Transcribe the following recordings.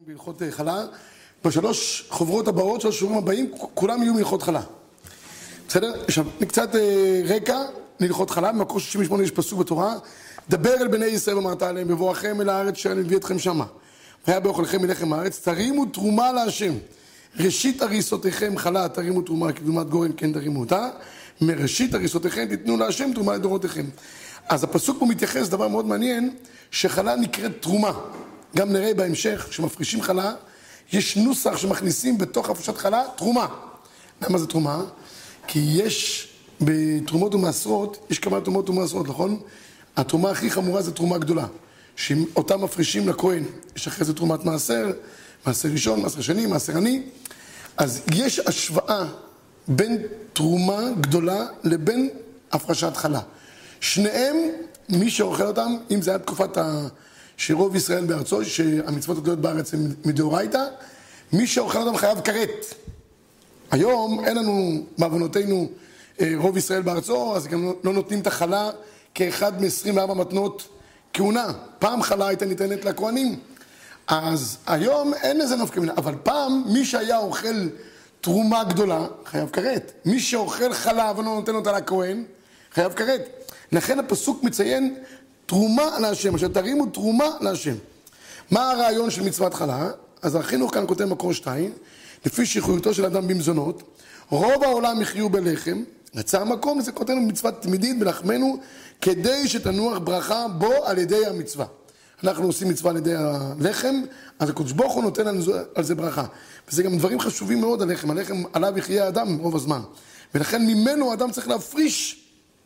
בהלכות חלה, בשלוש חוברות הבאות של השיעורים הבאים, כולם יהיו מהלכות חלה. בסדר? עכשיו, קצת רקע להלכות חלה, במקור 68 יש פסוק בתורה, דבר אל בני ישראל ואמרת עליהם, בבואכם אל הארץ שאני מביא אתכם שמה. והיה באוכלכם מלחם הארץ, תרימו תרומה להשם. ראשית הריסותיכם חלה, תרימו תרומה, כדוגמת גורן כן תרימו אותה. מראשית הריסותיכם תיתנו להשם תרומה לדורותיכם. אז הפסוק פה מתייחס דבר מאוד מעניין, שחלה נקראת תרומה. גם נראה בהמשך שמפרישים חלה, יש נוסח שמכניסים בתוך הפרשת חלה תרומה. למה זה תרומה? כי יש בתרומות ומעשרות, יש כמה תרומות ומעשרות, נכון? התרומה הכי חמורה זה תרומה גדולה, שאותם מפרישים לכהן. יש אחרי זה תרומת מעשר, מעשר ראשון, מעשר שני, מעשר עני. אז יש השוואה בין תרומה גדולה לבין הפרשת חלה. שניהם, מי שאוכל אותם, אם זה היה תקופת שרוב ישראל בארצו, שהמצוות הגדולות בארץ הם מדאורייתא, מי שאוכל אותם חייב כרת. היום אין לנו בעוונותינו רוב ישראל בארצו, אז גם לא נותנים את החלה כאחד מ-24 מתנות כהונה. פעם חלה הייתה ניתנת לכהנים, אז היום אין לזה נפקא מינה, אבל פעם מי שהיה אוכל תרומה גדולה חייב כרת. מי שאוכל חלה ולא נותן אותה לכהן חייב כרת. לכן הפסוק מציין תרומה להשם, אשר תרימו תרומה להשם. מה הרעיון של מצוות חלה? אז החינוך כאן כותב מקור 2, לפי שחיותו של אדם במזונות, רוב העולם יחיו בלחם, רצה המקום, זה כותב מצוות תמידית בלחמנו, כדי שתנוח ברכה בו על ידי המצווה. אנחנו עושים מצווה על ידי הלחם, אז הקדוש ברוך הוא נותן על זה ברכה. וזה גם דברים חשובים מאוד הלחם, הלחם עליו יחיה האדם רוב הזמן. ולכן ממנו האדם צריך להפריש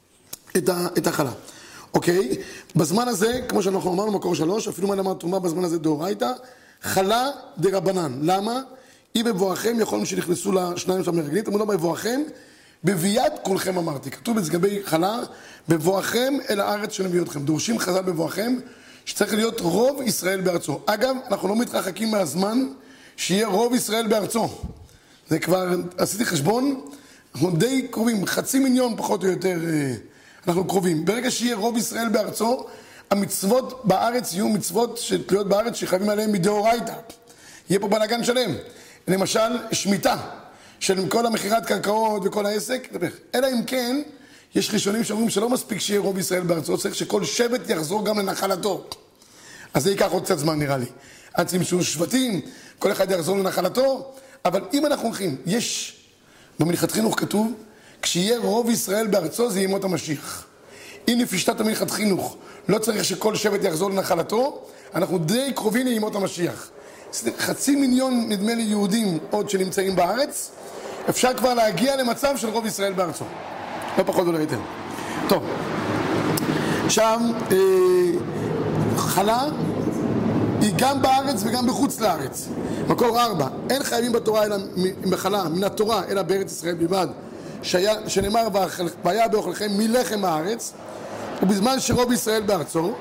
את החלה. אוקיי? בזמן הזה, כמו שאנחנו אמרנו מקור 3, אפילו מה אמר תרומה בזמן הזה דאורייתא, חלה דרבנן. למה? אם בבואכם יכולים שנכנסו לשניים שם לרגלית, אמרו לו בבואכם, בביאת כולכם אמרתי. כתוב לגבי חלה, בבואכם אל הארץ שנביא אתכם. דורשים חז"ל בבואכם, שצריך להיות רוב ישראל בארצו. אגב, אנחנו לא מתרחקים מהזמן שיהיה רוב ישראל בארצו. זה כבר, עשיתי חשבון, אנחנו די קרובים, 500,000 פחות או יותר אנחנו קרובים. ברגע שיהיה רוב ישראל בארצו, המצוות בארץ יהיו מצוות שתלויות בארץ שחייבים עליהן מדאורייתא. יהיה פה בלגן שלם. למשל, שמיטה של כל המכירת קרקעות וכל העסק, אלא אם כן, יש ראשונים שאומרים שלא מספיק שיהיה רוב ישראל בארצו, צריך שכל שבט יחזור גם לנחלתו. אז זה ייקח עוד קצת זמן נראה לי. עד שימצאו שבטים, כל אחד יחזור לנחלתו, אבל אם אנחנו הולכים, יש, במלכת חינוך כתוב, כשיהיה רוב ישראל בארצו זה ימות המשיח. אם לפי שיטת המלכת חינוך לא צריך שכל שבט יחזור לנחלתו, אנחנו די קרובים לימות המשיח. 500,000 נדמה לי יהודים עוד שנמצאים בארץ, אפשר כבר להגיע למצב של רוב ישראל בארצו. לא פחות ולא יותר. טוב, עכשיו, חלה היא גם בארץ וגם בחוץ לארץ. מקור 4, אין חייבים בתורה אלא בחלה, מן התורה אלא בארץ ישראל בלבד, שנאמר והיה באוכלכם מלחם הארץ, ובזמן שרוב ישראל בארצו.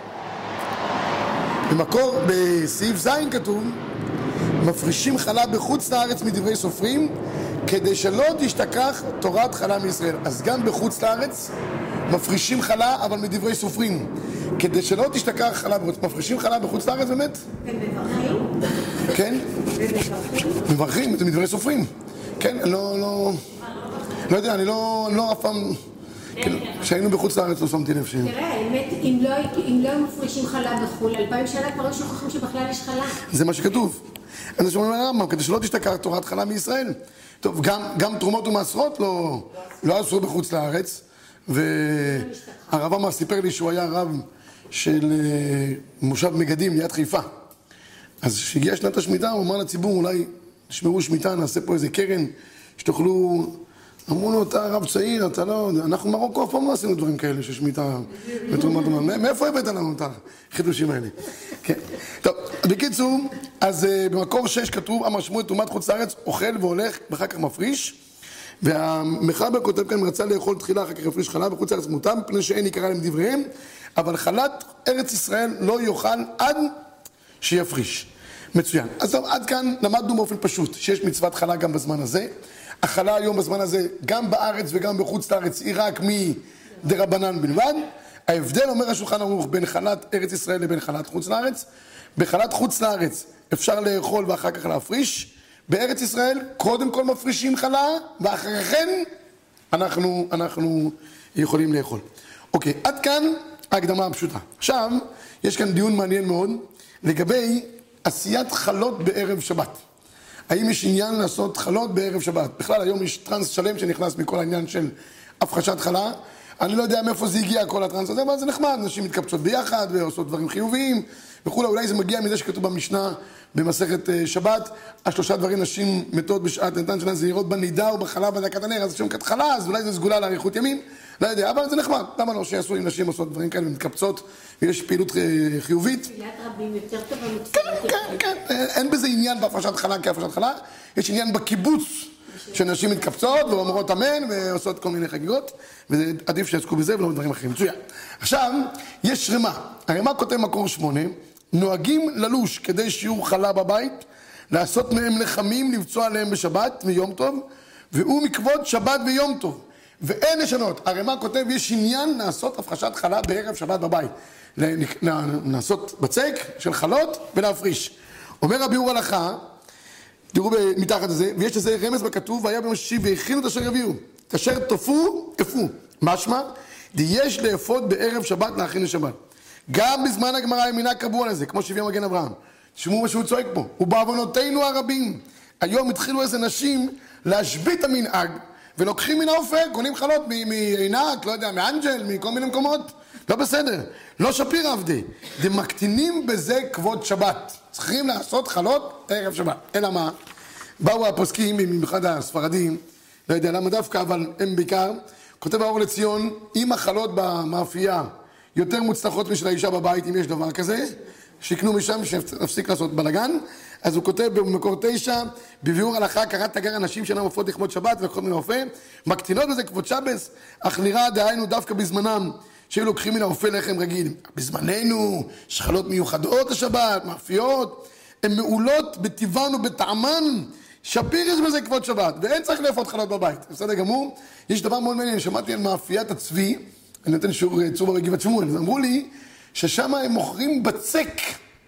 במקור בסעיף ז' כתוב, מפרישים חלה בחוץ לארץ מדברי סופרים, כדי שלא תשתכח תורת חלה מישראל. אז גם בחוץ לארץ מפרישים חלה, אבל מדברי סופרים. כדי שלא תשתכח חלה, מפרישים חלה בחוץ לארץ באמת? ומברכים? כן? מברכים, זה מדברי סופרים. כן, לא יודע, אני לא אף פעם, כשהיינו בחוץ לארץ לא שמתי לב שהם. תראה, האמת, אם לא מפרישים חלה בחו"ל, 2000 שנה כבר לא שוכחים שבכלל יש חלה. זה מה שכתוב. אז שאומרים למה, כדי שלא תשתכח תורת חלה מישראל. טוב, גם תרומות ומעשרות לא עשו בחוץ לארץ, והרב אמר סיפר לי שהוא היה רב של מושב מגדים ליד חיפה. אז כשהגיעה שנת השמיטה, הוא אמר לציבור, אולי תשמרו שמיטה, נעשה פה איזה קרן, שתוכלו. אמרו לו, אתה רב צעיר, אתה לא, אנחנו מרוקו אף פעם לא עשינו דברים כאלה של שמיטה ותרומת ומה. מאיפה הבאת לנו את החידושים האלה? כן. טוב, בקיצור, אז במקור 6 כתוב, אמר שמואל תרומת חוץ לארץ, אוכל והולך, ואחר כך מפריש, והמחבר כותב כאן, רצה לאכול תחילה, אחר כך יפריש חלה, בחוץ לארץ מותם, פני שאין יקרא להם דבריהם, אבל חלת ארץ ישראל לא יאכל עד שיפריש. מצוין. אז טוב, עד כאן למדנו באופן פשוט, שיש מצוות חלה גם בזמן הזה. החלה היום בזמן הזה, גם בארץ וגם בחוץ לארץ, היא רק מדרבנן בלבד. ההבדל, אומר השולחן ערוך, בין חלת ארץ ישראל לבין חלת חוץ לארץ, בחלת חוץ לארץ אפשר לאכול ואחר כך להפריש, בארץ ישראל קודם כל מפרישים חלה, ואחרי כן אנחנו יכולים לאכול. אוקיי, עד כאן ההקדמה הפשוטה. עכשיו, יש כאן דיון מעניין מאוד לגבי עשיית חלות בערב שבת. האם יש עניין לעשות חלות בערב שבת? בכלל היום יש טרנס שלם שנכנס מכל העניין של הפחשת חלה. אני לא יודע מאיפה זה הגיע כל הטרנס הזה, אבל זה נחמד, נשים מתקבצות ביחד ועושות דברים חיוביים וכו'. אולי זה מגיע מזה שכתוב במשנה במסכת שבת, 3 דברים נשים מתות בשעת נתן שלהן זהירות בנידה ובחלה בדקת הנר, אז שם כת חלה, אז אולי זה סגולה לאריכות ימים, לא יודע, אבל זה נחמד, למה לא שיעשו עם נשים עושות דברים כאלה ומתקבצות ויש פעילות חיובית? תפילת רבים יותר טובה מתפילת כן, אין בזה עניין בהפרשת חלה כהפרשת חלה, יש עניין בקיבוץ שנשים מתקבצות ואומרות אמן ועושות כל מיני חגיגות, ועדיף שיעסקו בזה ולא בדברים אחרים. מצוין. עכשיו, יש רמה. הרמה כותב מקור 8, נוהגים ללוש כדי שיעור חלה בבית, לעשות מהם לחמים, לבצוע עליהם בשבת ויום טוב, והוא מכבוד שבת ויום טוב. ואין לשנות. הרמה כותב, יש עניין לעשות הפרשת חלה בערב שבת בבית. לעשות בצק של חלות ולהפריש. אומר הביאור הלכה, תראו מתחת לזה, ויש לזה רמז בכתוב, והיה ביום השישי והכינו את אשר הביאו. את אשר תפו, אפו. משמע, יש לאפות בערב שבת להכין לשבת. גם בזמן הגמרא ימינה קבעו על זה, כמו שהביא מגן אברהם. תשמעו מה שהוא צועק פה. ובעוונותינו הרבים, היום התחילו איזה נשים להשבית המנהג, ולוקחים מן האופק, קונים חלות מעינת, לא יודע, מאנג'ל, מכל מיני מקומות. לא בסדר. לא שפיר עבדי. דמקטינים בזה כבוד שבת. צריכים לעשות חלות ערב שבת. אלא מה? באו הפוסקים, במיוחד הספרדים, לא יודע למה דווקא, אבל הם בעיקר, כותב האור לציון, אם החלות במאפייה יותר מוצלחות משל האישה בבית, אם יש דבר כזה, שיקנו משם שנפסיק לעשות בלגן, אז הוא כותב במקור 9, בביאור הלכה קראת תגר אנשים שאינם עופות לכבוד שבת ולקחות מן האופה, מקטינות בזה כבוד שבס, אך נראה דהיינו דווקא בזמנם, שהיו לוקחים מן האופה לחם רגיל. בזמננו, יש חלות מיוחדות לשבת, מאפיות, הן מעולות בטבען ובטעמן, שפיר יש בזה כבוד שבת, ואין צריך לאפות חלות בבית. בסדר גמור, יש דבר מאוד מעניין, שמעתי על מאפיית הצבי, אני נותן שיעור צור בגבעת שמואל, אז אמרו לי ששם הם מוכרים בצק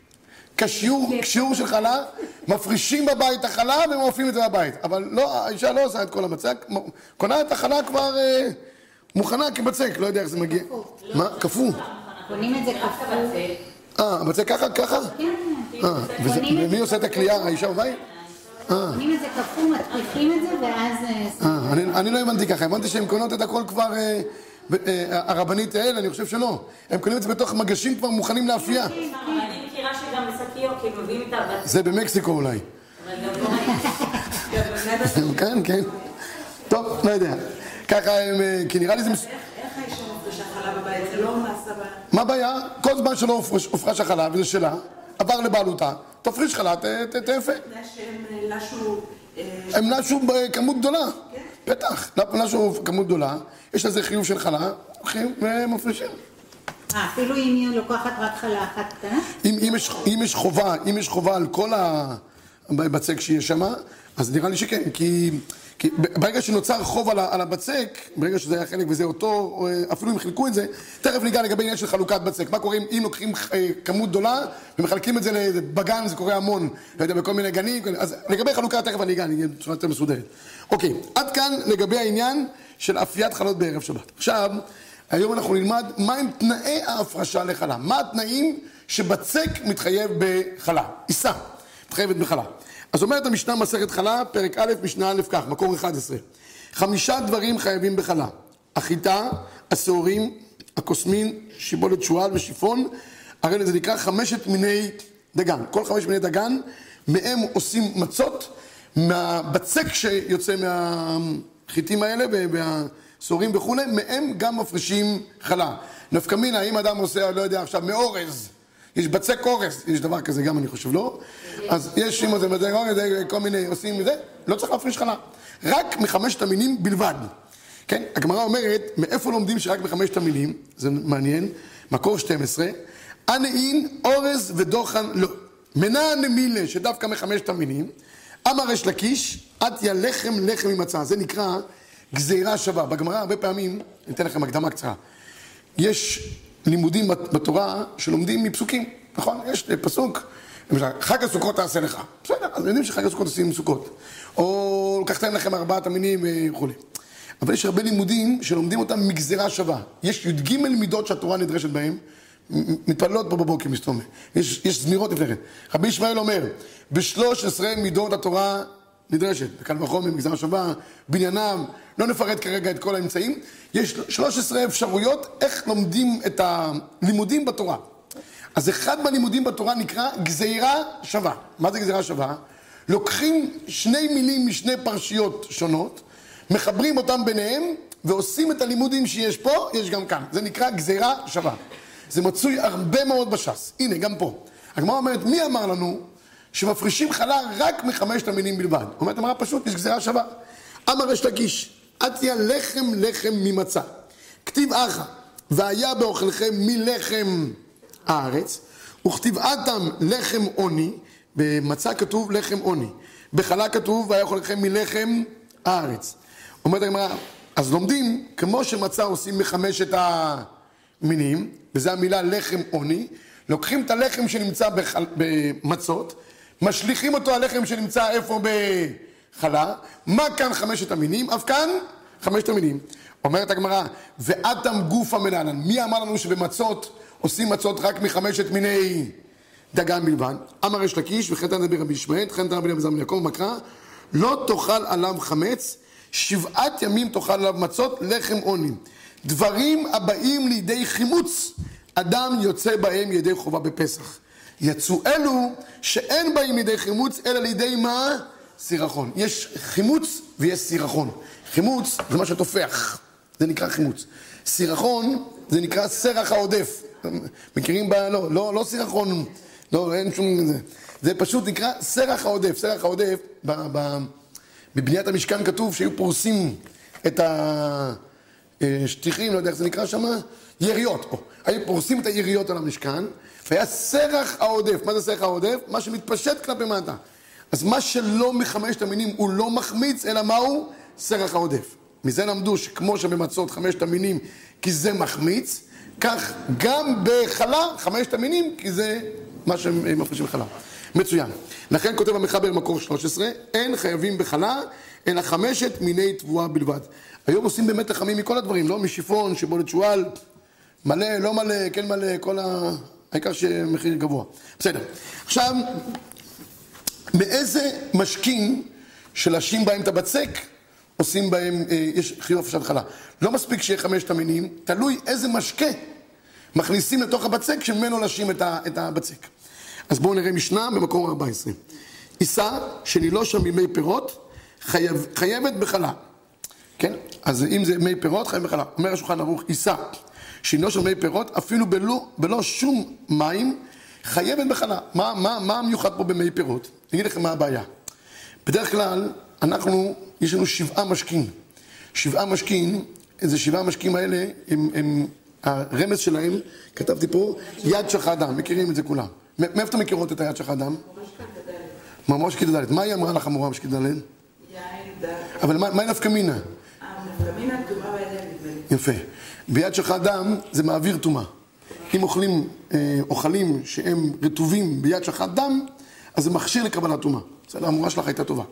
כשיעור של חלה, מפרישים בבית החלה ומאופים את זה בבית. אבל לא, האישה לא עושה את כל הבצק, קונה את החלה כבר מוכנה כבצק, לא יודע איך זה מגיע. מה? קפוא. קונים את זה קפוא. הבצק ככה? כן. ומי עושה את הקלייה? האישה בבית? קונים את זה קפוא, מטריחים את זה ואז... אני לא הבנתי ככה, הבנתי שהן קונות את הכל כבר... הרבנית האל, אני חושב שלא. הם קונים את זה בתוך מגשים כבר מוכנים להפייה. אני מכירה שגם בסקיות, כי הם מביאים את הבצק. זה במקסיקו אולי. כן, כן. טוב, לא יודע. ככה הם, כי נראה לי זה... איך האישה מפרישה חלה בבית? זה לא נעשה בעיה. מה הבעיה? כל זמן שלא הופרש החלה, וזה שלה, עבר לבעלותה, תפריש חלה, תאפה. הם נשו בכמות גדולה. בטח, נשו בכמות גדולה, יש לזה חיוב של חלה, הולכים ומפרישים. אפילו אם היא לוקחת רק חלה אחת קטנה? אם יש חובה על כל הבצק שיש שם, אז נראה לי שכן, כי ברגע שנוצר חוב על הבצק, ברגע שזה היה חלק וזה אותו, אפילו אם חילקו את זה, תכף ניגע לגבי עניין של חלוקת בצק. מה קורה אם לוקחים כמות גדולה ומחלקים את זה בגן, זה קורה המון, לא יודע, בכל מיני גנים, אז לגבי חלוקה תכף אני אגע, אני אהיה בצורה יותר מסודרת. אוקיי, עד כאן לגבי העניין של אפיית חלות בערב שבת. עכשיו, היום אנחנו נלמד מהם תנאי ההפרשה לחלה. מה התנאים שבצק מתחייב בחלה? עיסה, מתחייבת בחלה. אז אומרת המשנה מסכת חלה, פרק א', משנה א' כך, מקור 11. 5 דברים חייבים בחלה. החיטה, השעורים, הקוסמין, שיבולת שועל ושיפון. הרי זה נקרא 5 מיני דגן. כל 5 מיני דגן, מהם עושים מצות, מהבצק שיוצא מהחיטים האלה והשעורים וכו', מהם גם מפרישים חלה. נפקא מינה, אם אדם עושה, לא יודע עכשיו, מאורז, יש בצק אורז, יש דבר כזה גם אני חושב, לא? אז יש אם זה בצק אורז, כל מיני עושים מזה, לא צריך להפריש חלה. רק מ5 המינים בלבד. כן? הגמרא אומרת, מאיפה לומדים שרק ב5 המינים? זה מעניין. מקור 12. ענאין, אורז ודוחן לא. מנה נמילה, שדווקא מ5 המינים. אמר יש לקיש, עטיה לחם לחם עם מצה. זה נקרא גזירה שווה. בגמרא הרבה פעמים, אני אתן לכם הקדמה קצרה. יש לימודים בתורה שלומדים מפסוקים, נכון? יש פסוק, למשל, חג הסוכות תעשה לך. בסדר, אז יודעים שחג הסוכות עושים עם סוכות. או לקחתם לכם 4 המינים וכו'. אבל יש הרבה לימודים שלומדים אותם מגזרה שווה. יש י"ג מידות שהתורה נדרשת בהם, מתפללות פה בבוקר מסתובב. יש זמירות לפני כן. רבי ישמעאל אומר, ב-13 מידות התורה נדרשת. בקל וחומר, מגזרה שווה, בנייניו, לא נפרט כרגע את כל האמצעים. יש 13 אפשרויות איך לומדים את הלימודים בתורה. אז אחד מהלימודים בתורה נקרא גזירה שווה. מה זה גזירה שווה? לוקחים 2 מילים משני פרשיות שונות, מחברים אותם ביניהם, ועושים את הלימודים שיש פה, יש גם כאן. זה נקרא גזירה שווה. זה מצוי הרבה מאוד בש"ס. הנה, גם פה. הגמרא אומרת, מי אמר לנו שמפרישים חלה רק מ5 המינים בלבד? אומרת, אמרה פשוט, יש גזירה שווה. אמר ריש לקיש, עטיה לחם לחם ממצה. כתיב אחא, והיה באוכלכם מלחם הארץ, וכתיב אתם לחם עוני, במצה כתוב לחם עוני. בחלה כתוב, והיה אוכלכם מלחם הארץ. אומרת הגמרא, אז לומדים, כמו שמצה עושים מ5 המינים, וזה המילה לחם עוני, לוקחים את הלחם שנמצא במצות, משליכים אותו הלחם שנמצא איפה בחלה, מה כאן 5 המינים? אף כאן 5 המינים. אומרת הגמרא, ואתם גופה מנהלן, מי אמר לנו שבמצות עושים מצות רק מ5 מיני דגן בלבד? אמר ריש לקיש, וכן תנא ברבי ישמעאל, וכן תנא רבי אלעזר בן יעקב מקרא, לא תאכל עליו חמץ, 7 ימים תאכל עליו מצות, לחם עוני. דברים הבאים לידי חימוץ, אדם יוצא בהם ידי חובה בפסח. יצאו אלו שאין באים לידי חימוץ, אלא לידי מה? סירחון. יש חימוץ ויש סירחון. חימוץ זה מה שתופח, זה נקרא חימוץ. סירחון זה נקרא סרח העודף. מכירים לא סירחון, לא, אין שום... זה פשוט נקרא סרח העודף. סרח העודף, בבניית המשכן כתוב שהיו פורסים את השטיחים, לא יודע איך זה נקרא שם, יריות. היו פורסים את היריות על המשכן, והיה סרח העודף. מה זה סרח העודף? מה שמתפשט כלפי מטה. אז מה שלא מ5 המינים הוא לא מחמיץ, אלא מהו? סרח העודף. מזה למדו שכמו שבמצות 5 המינים כי זה מחמיץ, כך גם בחלה 5 המינים כי זה מה שמפרישים בחלה. מצוין. לכן כותב המחבר מקור 13, אין חייבים בחלה, אלא 5 מיני תבואה בלבד. היום עושים באמת לחמים מכל הדברים, לא? משיפון, שיבולת שועל, מלא, לא מלא, כן מלא, כל העיקר שמחיר גבוה. בסדר. עכשיו, מאיזה משקים שלשים בהם את הבצק, עושים בהם, יש חיוב הפרשת חלה. לא מספיק שיהיה 5 המינים, תלוי איזה משקה מכניסים לתוך הבצק שממנו לשים את הבצק. אז בואו נראה משנה במקור 14. אישה שנילושה ממי פירות, חייבת בחלה. כן? אז אם זה מי פירות, חייבת בחלה. אומר השולחן ערוך, אישה שנילושה ממי פירות, אפילו בלא שום מים, חייבת בחלה. מה המיוחד פה במי פירות? אני אגיד לכם מה הבעיה. בדרך כלל, יש לנו 7 משקים. 7 משקים, איזה 7 משקים האלה, הרמז שלהם, כתבתי פה, יד שחאדם, מכירים את זה כולם. מאיפה אתם מכירות את היד שחאדם? ממש כדלת. מה היא אמרה לך המורה משכדלת? יין דל. אבל מה נפקא מינה? נפקא מינה טומאה בידיים. יפה. ביד שחאדם זה מעביר טומאה. אם אוכלים שהם רטובים ביד שחאדם, אז זה מכשיר לקבלת טומאה. בסדר, המורה שלך הייתה טובה.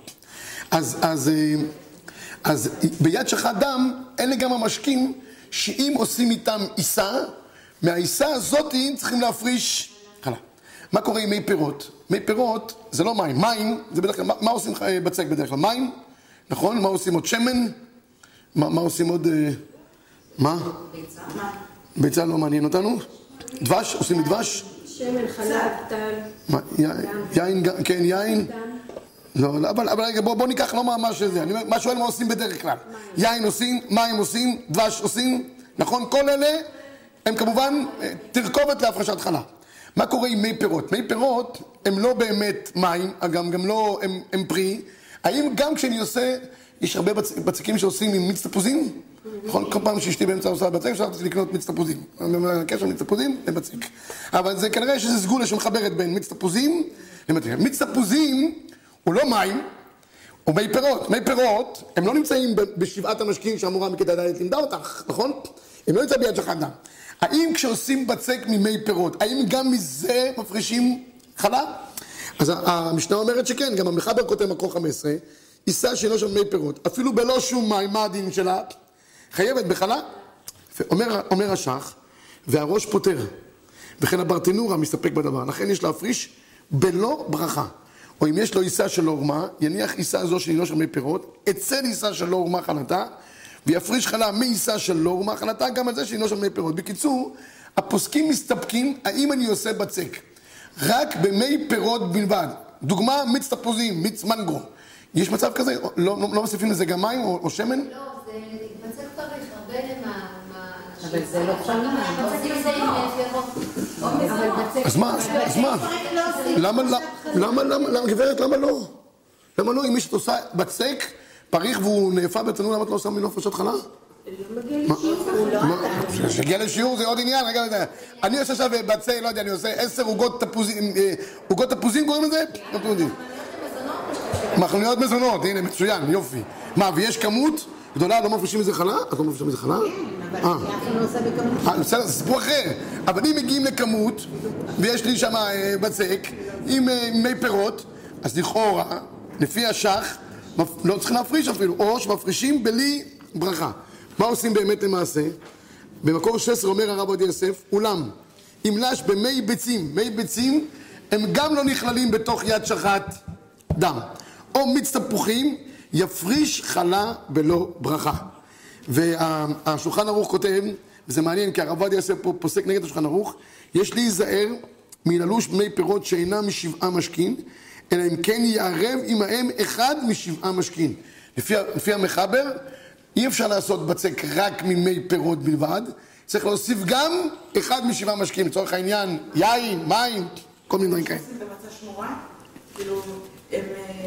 אז ביד שחאדם, אלה גם המשקים שאם עושים איתם עיסה, מהעיסה הזאת צריכים להפריש חלה. מה קורה עם מי פירות? מי פירות זה לא מים. מים, זה בדרך כלל, מה עושים בצק בדרך כלל? מים, נכון? מה עושים עוד? שמן? מה עושים עוד? מה? ביצה. ביצה לא מעניין אותנו? דבש? עושים דבש? שמן, חלב, טל. יין, כן, יין. לא, אבל רגע, בוא ניקח לא ממש זה. אני אומר, מה שואל מה עושים בדרך כלל? יין עושים, מים עושים, דבש עושים, נכון? כל אלה הם כמובן תרכובת להפרשת חלה. מה קורה עם מי פירות? מי פירות הם לא באמת מים, גם לא הם פרי. האם גם כשאני עושה, יש הרבה בצקים שעושים עם מיץ תפוזים? נכון? כל פעם שאשתי באמצע עושה בצק, אפשר לקנות מיץ תפוזים. הקשר מיץ תפוזים לבצק. אבל זה כנראה שזה סגולה שמחברת בין מיץ תפוזים לבצק. מיץ תפוזים הוא לא מים, הוא מי פירות. מי פירות, הם לא נמצאים ב7 המשקים שהמורה מכיתה ד' לימדה אותך, נכון? הם לא נמצאים ביד שחאדם. האם כשעושים בצק ממי פירות, האם גם מזה מפרישים חלה? אז המשנה אומרת שכן, גם המחבר כותב מקור 15, עיסה שאינו שם מי פירות, אפילו בלא שום מים, מה הדין שלה? חייבת בחלה? אומר השח, והראש פותר, וכן הברטנורה מסתפק בדבר, לכן יש להפריש בלא ברכה. או אם יש לו עיסה של עורמה, יניח עיסה זו שאינו שם מי פירות, אצל עיסה של עורמה חלתה, ויפריש חלה מעיסה של עורמה חלתה, גם על זה שאינו שם מי פירות. בקיצור, הפוסקים מסתפקים, האם אני עושה בצק רק במי פירות בלבד. דוגמה, מיץ תפוזים, מיץ מנגו. יש מצב כזה? לא מוסיפים לזה גם מים או שמן? לא, זה בצק פריך, הרבה מה... אבל זה לא חלה. אז מה? למה, גברת, למה לא? למה לא? אם מישהו עושה בצק פריך והוא נאפה בתנור, למה את לא עושה ממנו הפרשת חלה? כשהגיע לשיעור זה עוד עניין, רגע, אני עושה עכשיו בצק, לא יודע, אני עושה 10 עוגות תפוזים, עוגות תפוזים קוראים לזה? לא יודעים. מחלוניות מזונות, הנה, מצוין, יופי. מה, ויש כמות גדולה, לא מפרישים מזה חלה? את לא מפרישים מזה חלה? אבל יחד לא עושה בכמות. בסדר, זה סיפור אחר. אבל אם מגיעים לכמות, ויש לי שם בצק, עם מי פירות, אז לכאורה, לפי השח, לא צריכים להפריש אפילו, או שמפרישים בלי ברכה. מה עושים באמת למעשה? במקור 16 אומר הרב עובדיה יוסף, אולם, אם לש במי ביצים, מי ביצים הם גם לא נכללים בתוך יד שחת דם. או מיץ תפוחים, יפריש חלה בלא ברכה. והשולחן ערוך כותב, וזה מעניין כי הרב עובדיה יוסף פה פוסק נגד השולחן ערוך, יש להיזהר מללוש בני פירות שאינם משבעה משכין, אלא אם כן יערב עמהם אחד משבעה משכין. לפי המחבר, אי אפשר לעשות בצק רק ממי פירות בלבד, צריך להוסיף גם אחד משבעה משכין, לצורך העניין, יין, מים, כל מיני דברים כאלה. במצע שמורה, כאילו, הם...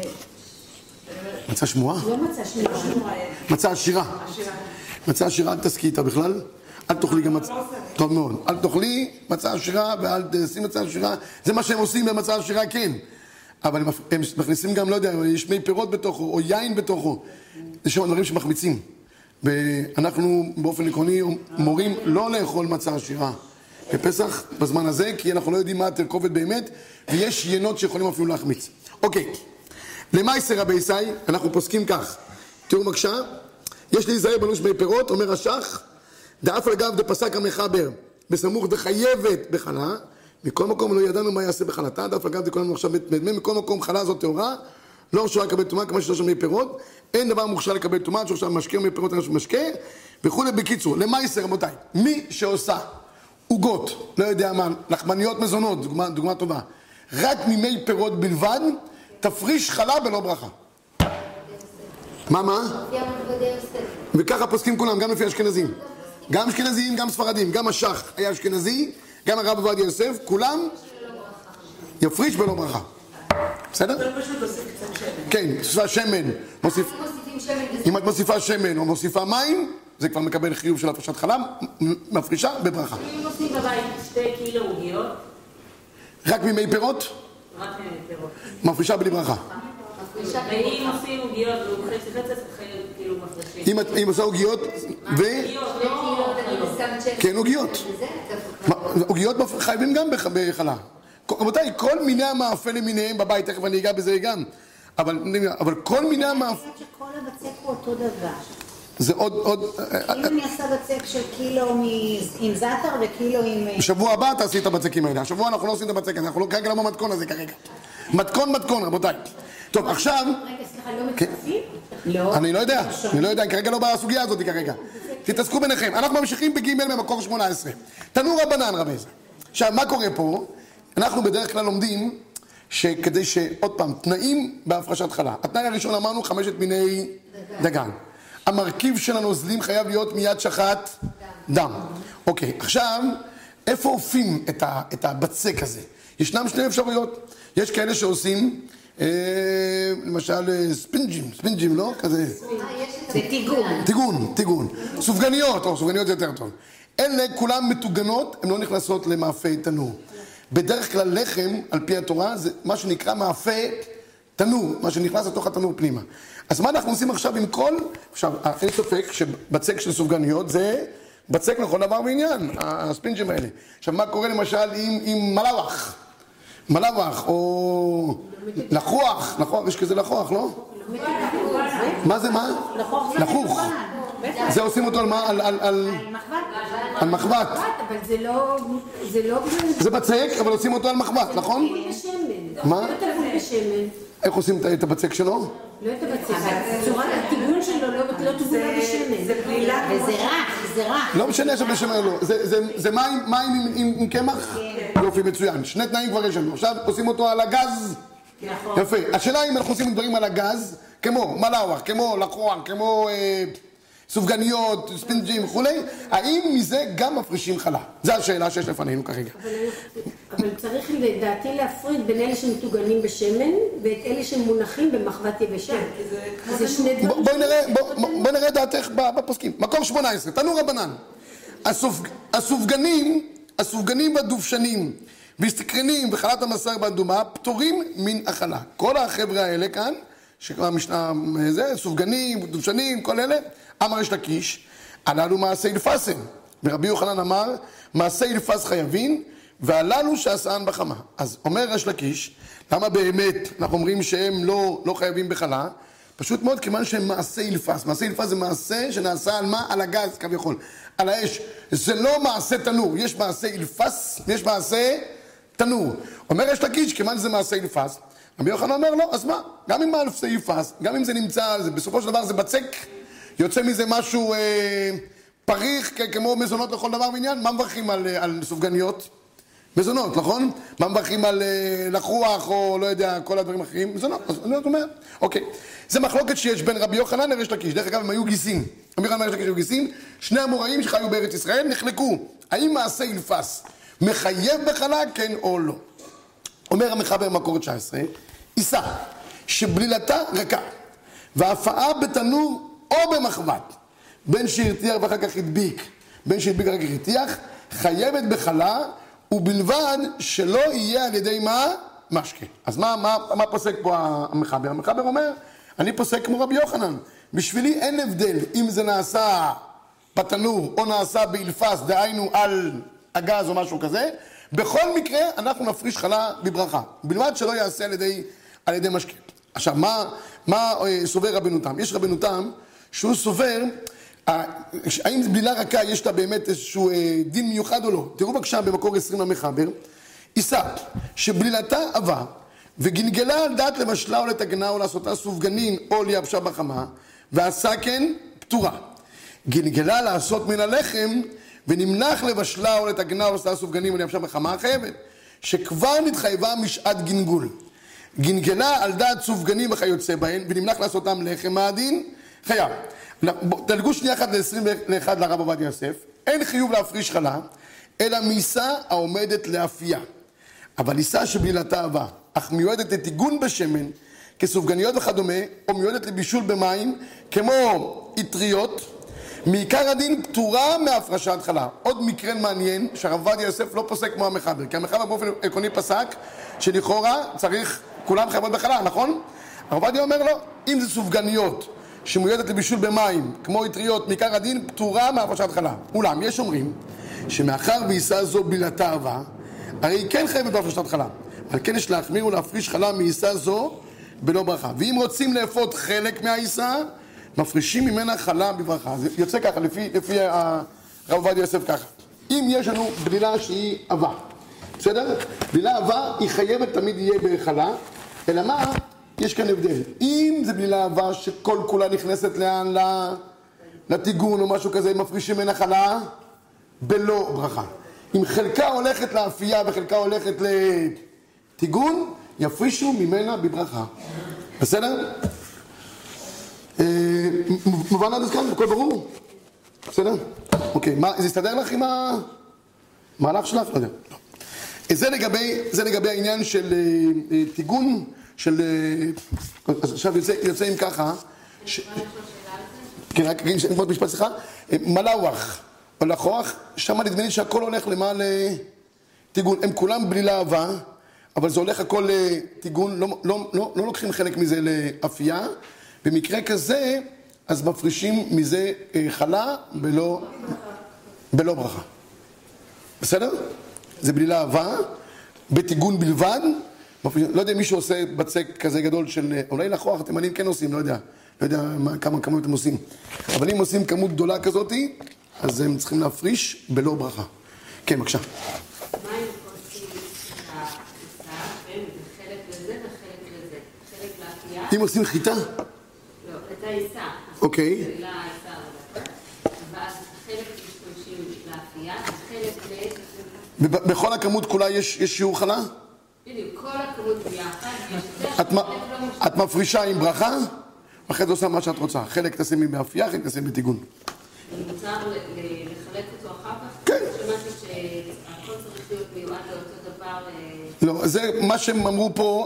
מצע שמורה? לא מצא שמורה. מצע עשירה. מצע עשירה, אל תסקי איתה בכלל. אל תאכלי גם מצע... טוב מאוד. אל תאכלי מצע עשירה ואל תשים מצע עשירה. זה מה שהם עושים במצע עשירה, כן. אבל הם מכניסים גם, לא יודע, יש מי פירות בתוכו, או יין בתוכו. זה שם דברים שמחמיצים. ואנחנו באופן עקרוני מורים לא לאכול מצע עשירה בפסח בזמן הזה, כי אנחנו לא יודעים מה התרכובת באמת, ויש יינות שיכולים אפילו להחמיץ. אוקיי. למעשה רבי ישי, אנחנו פוסקים כך. תראו בבקשה, יש להיזהר בלוש מי פירות, אומר השח, דאף על גב דפסק המחבר, בסמוך דחייבת בחלה, מכל מקום לא ידענו מה יעשה בחלתה, דאף על גב דכולנו עכשיו מדמה, מכל מקום חלה זאת טהורה, לא הורשעה לקבל טומאה כמו שיש מי פירות, אין דבר מוכשר לקבל טומאה, שהורשע משקה מי פירות, אין משקה, וכו'. בקיצור, למעשה רבותיי, מי שעושה עוגות, לא יודע מה, לחמניות מזונות, דוגמה טובה, רק ממי פירות בלבד, תפריש חלה בלא ברכה. מה? וככה פוסקים כולם, גם לפי אשכנזים. גם אשכנזים, גם ספרדים, גם השח היה אשכנזי, גם הרב עובדיה יוסף, כולם יפריש בלא ברכה. בסדר? לא פשוט עושה קצת שמן. כן, מוסיפה שמן. אם את מוסיפה שמן או מוסיפה מים, זה כבר מקבל חיוב של הפרשת חלה, מפרישה בברכה. אם עושים בבית 2 קילו עוגיות, רק ממי פירות? רק ממי פירות. מפרישה בלי ברכה. ואם עושים עוגיות חצי כאילו מפרישים. אם עושה עוגיות כן, עוגיות. עוגיות חייבים גם בחלה. רבותיי, כל מיני המאפה למיניהם בבית, תכף אני אגע בזה גם. אבל כל מיני המאפה... אני חושבת שכל הבצק הוא אותו דבר. זה עוד... אם אני אעשה בצק של קילו עם זאטר וקילו עם... בשבוע הבא תעשי את הבצקים האלה. השבוע אנחנו לא עושים את הבצק הזה, אנחנו כרגע לא במתכון הזה כרגע. מתכון, רבותיי. טוב, עכשיו... רגע, סליחה, לא מצטרפים? לא. אני לא יודע, כרגע לא בסוגיה הזאת כרגע. תתעסקו ביניכם. אנחנו ממשיכים בג' במקור 18. תנו רבנן רבי זה. עכשיו, מה קורה פה? אנחנו בדרך כלל לומדים שכדי שעוד פעם, תנאים בהפרשת חלה. התנאי הראשון אמרנו 5 מיני דגן. המרכיב של הנוזלים חייב להיות מיד שחת דם. אוקיי, עכשיו, איפה אופים את הבצק הזה? ישנם 2 אפשרויות. יש כאלה שעושים, למשל, ספינג'ים, לא? כזה. זה טיגון. סופגניות זה יותר טוב. אלה כולם מטוגנות, הן לא נכנסות למאפה תנור. בדרך כלל לחם, על פי התורה, זה מה שנקרא מאפה תנור, מה שנכנס לתוך התנור פנימה. אז מה אנחנו עושים עכשיו עם כל... עכשיו, אין ספק שבצק של סופגניות זה בצק לכל דבר בעניין, הספינג'ים האלה. עכשיו, מה קורה למשל עם מלאווח, או לחוח, יש כזה לחוח, לא? מה זה, מה? לחוך. זה עושים אותו על מה? על מחבת. אבל זה לא... זה בצק, אבל עושים אותו על מחבת, נכון? מה? לא טבול בשמן. איך עושים את הבצק שלו? לא את הבצק, צורת הטיגון שלו לא טבולה בשמן. זה בלילה. וזה רך. לא משנה שבשמן לא. זה מים עם קמח? יופי, מצוין. שני תנאים כבר יש לנו. עכשיו עושים אותו על הגז. יפה. השאלה אם אנחנו עושים דברים על הגז, כמו מלאווח, כמו לחוח, כמו סופגניות, ספינג'ים וכולי, האם מזה גם מפרישים חלה? זו השאלה שיש לפנינו כרגע. אבל צריך לדעתי להפריד בין אלה שמטוגנים בשמן ואת אלה שמונחים במחבת יבשה. זה שני דברים. בואי נראה דעתך בפוסקים. מקור 18, תנו רבנן. הסופגנים והדובשנים והסתקרנים וחלת המסר באדומה פטורים מן החלה. כל החבר'ה האלה כאן, שכבר משנה זה, סופגנים, דובשנים, כל אלה, אמר יש לקיש, הללו מעשה ילפסם. ורבי יוחנן אמר, מעשה ילפס חייבים, והללו שעשן בחמה. אז אומר יש לקיש, למה באמת אנחנו אומרים שהם לא חייבים בחלה? פשוט מאוד, כיוון שהם מעשה ילפס. מעשה ילפס זה מעשה שנעשה על מה? על הגז, כביכול. על האש. זה לא מעשה תנור. יש מעשה ילפס, ויש מעשה תנור. אומר יש לקיש, כיוון שזה מעשה ילפס, רבי יוחנן אומר לא, אז מה? גם אם מעשה ילפס, גם אם זה נמצא, בסופו של דבר זה בצק, יוצא מזה משהו פריך, כמו מזונות לכל דבר ועניין. מה מברכים על סופגניות? מזונות, נכון? מה מברכים על לחוח, או לא יודע, כל הדברים האחרים? מזונות, אז אני אומר, אוקיי. זה מחלוקת שיש בין רבי יוחנן לריש לקיש. דרך אגב, הם היו גיסים. רבי יוחנן וריש לקיש היו גיסים. שני המוראים שחיו בארץ ישראל נחלקו. האם מעשה ילפס מחייב בחלה, כן או לא? אומר המחבר מקור 19, עיסה שבלילתה רכה, וההפעה בתנור או במחבת, בין שהרתיח ואחר כך הדביק, בין שהדביק ואחר כך הרתיח, חייבת בחלה, ובלבד שלא יהיה על ידי מה? משקה. אז מה פוסק פה המחבר? המחבר אומר, אני פוסק כמו רבי יוחנן. בשבילי אין הבדל אם זה נעשה בתנור או נעשה באלפס, דהיינו על הגז או משהו כזה. בכל מקרה אנחנו נפריש חלה בברכה, בלבד שלא יעשה על ידי משקה. עכשיו, מה סובר רבנותם? יש רבנותם שהוא סובר, האם בלילה רכה יש לה באמת איזשהו דין מיוחד או לא? תראו בבקשה במקור 20 המחבר, עיסה שבלילתה עבה וגלגלה על דעת לבשלה או לתגנה או לעשותה סופגנין או לייבשה בחמה, ועשה כן פטורה. גלגלה לעשות מן הלחם ונמנח לבשלה או לתגנה או לעשותה סופגנין או לייבשה בחמה, חייבת שכבר נתחייבה משעת גנגול. גנגלה על דעת סופגנים וכיוצא בהן ונמנח לעשותם לחם, מה הדין? חייב. תלגו שנייה אחת ל-21 לרב עובדיה יוסף, אין חיוב להפריש חלה, אלא מיסה העומדת לאפייה. אבל עיסה שבלילתה עבה, אך מיועדת לטיגון בשמן, כסופגניות וכדומה, או מיועדת לבישול במים, כמו אטריות, מעיקר הדין פטורה מהפרשת חלה. עוד מקרה מעניין, שהרב עובדיה יוסף לא פוסק כמו המחבר, כי המחבר באופן עקרוני פסק, שלכאורה צריך, כולם חייבות בחלה, נכון? הרב עובדיה אומר לו, אם זה סופגניות, שמיועדת לבישול במים, כמו אטריות, מעיקר הדין פטורה מהפרשת חלה. אולם, יש אומרים, שמאחר ועיסה זו בלילתה עבה, הרי היא כן חייבת בהפרשת חלה. על כן יש להחמיר ולהפריש חלה מעיסה זו בלא ברכה. ואם רוצים לאפות חלק מהעיסה, מפרישים ממנה חלה בברכה. זה יוצא ככה, לפי הרב עובדיה יוסף ככה. אם יש לנו בלילה שהיא עבה, בסדר? בלילה עבה היא חייבת תמיד יהיה בחלה, אלא מה? יש כאן הבדל. אם זה בלילה עבה שכל כולה נכנסת לאן? לטיגון או משהו כזה, מפרישים ממנה חלה בלא ברכה. אם חלקה הולכת לאפייה וחלקה הולכת לטיגון, יפרישו ממנה בברכה. בסדר? מובן עד כאן? הכל ברור? בסדר? אוקיי, זה יסתדר לך עם המהלך שלך? לא יודע. זה לגבי העניין של טיגון, עכשיו יוצא עם ככה, כן, רק עוד משפט שיחה, מלאווח או לחוח, שם נדמה לי שהכל הולך למה לטיגון, הם כולם בלילה עבה, אבל זה הולך הכל לטיגון, לא לוקחים חלק מזה לאפייה, במקרה כזה, אז מפרישים מזה חלה ולא... בלא ברכה. בסדר? זה בלילה אהבה, בתיגון בלבד. לא יודע אם מישהו עושה בצק כזה גדול של... אולי לחוח, התימנים כן עושים, לא יודע. לא יודע כמה כמות הם עושים. אבל אם עושים כמות גדולה כזאת, אז הם צריכים להפריש בלא ברכה. כן, בבקשה. מה אם עושים את העיסה, חלק לזה וחלק לזה? חלק לאפייה? אם עושים חיטה? לא, את העיסה. אוקיי. ואז חלק משתמשים לאפייה, וחלק בכל הכמות כולה יש שיעור חלה? בדיוק, כל הכמות ביחד. את מפרישה עם ברכה? אחרי זה עושה מה שאת רוצה. חלק תשימי באפייה, חלק תשימי בתיגון. מותר לחלק אותו אחר כך? כן. שמעתי שהכל צריך להיות מיועד לאותו דבר. לא, זה מה שהם אמרו פה,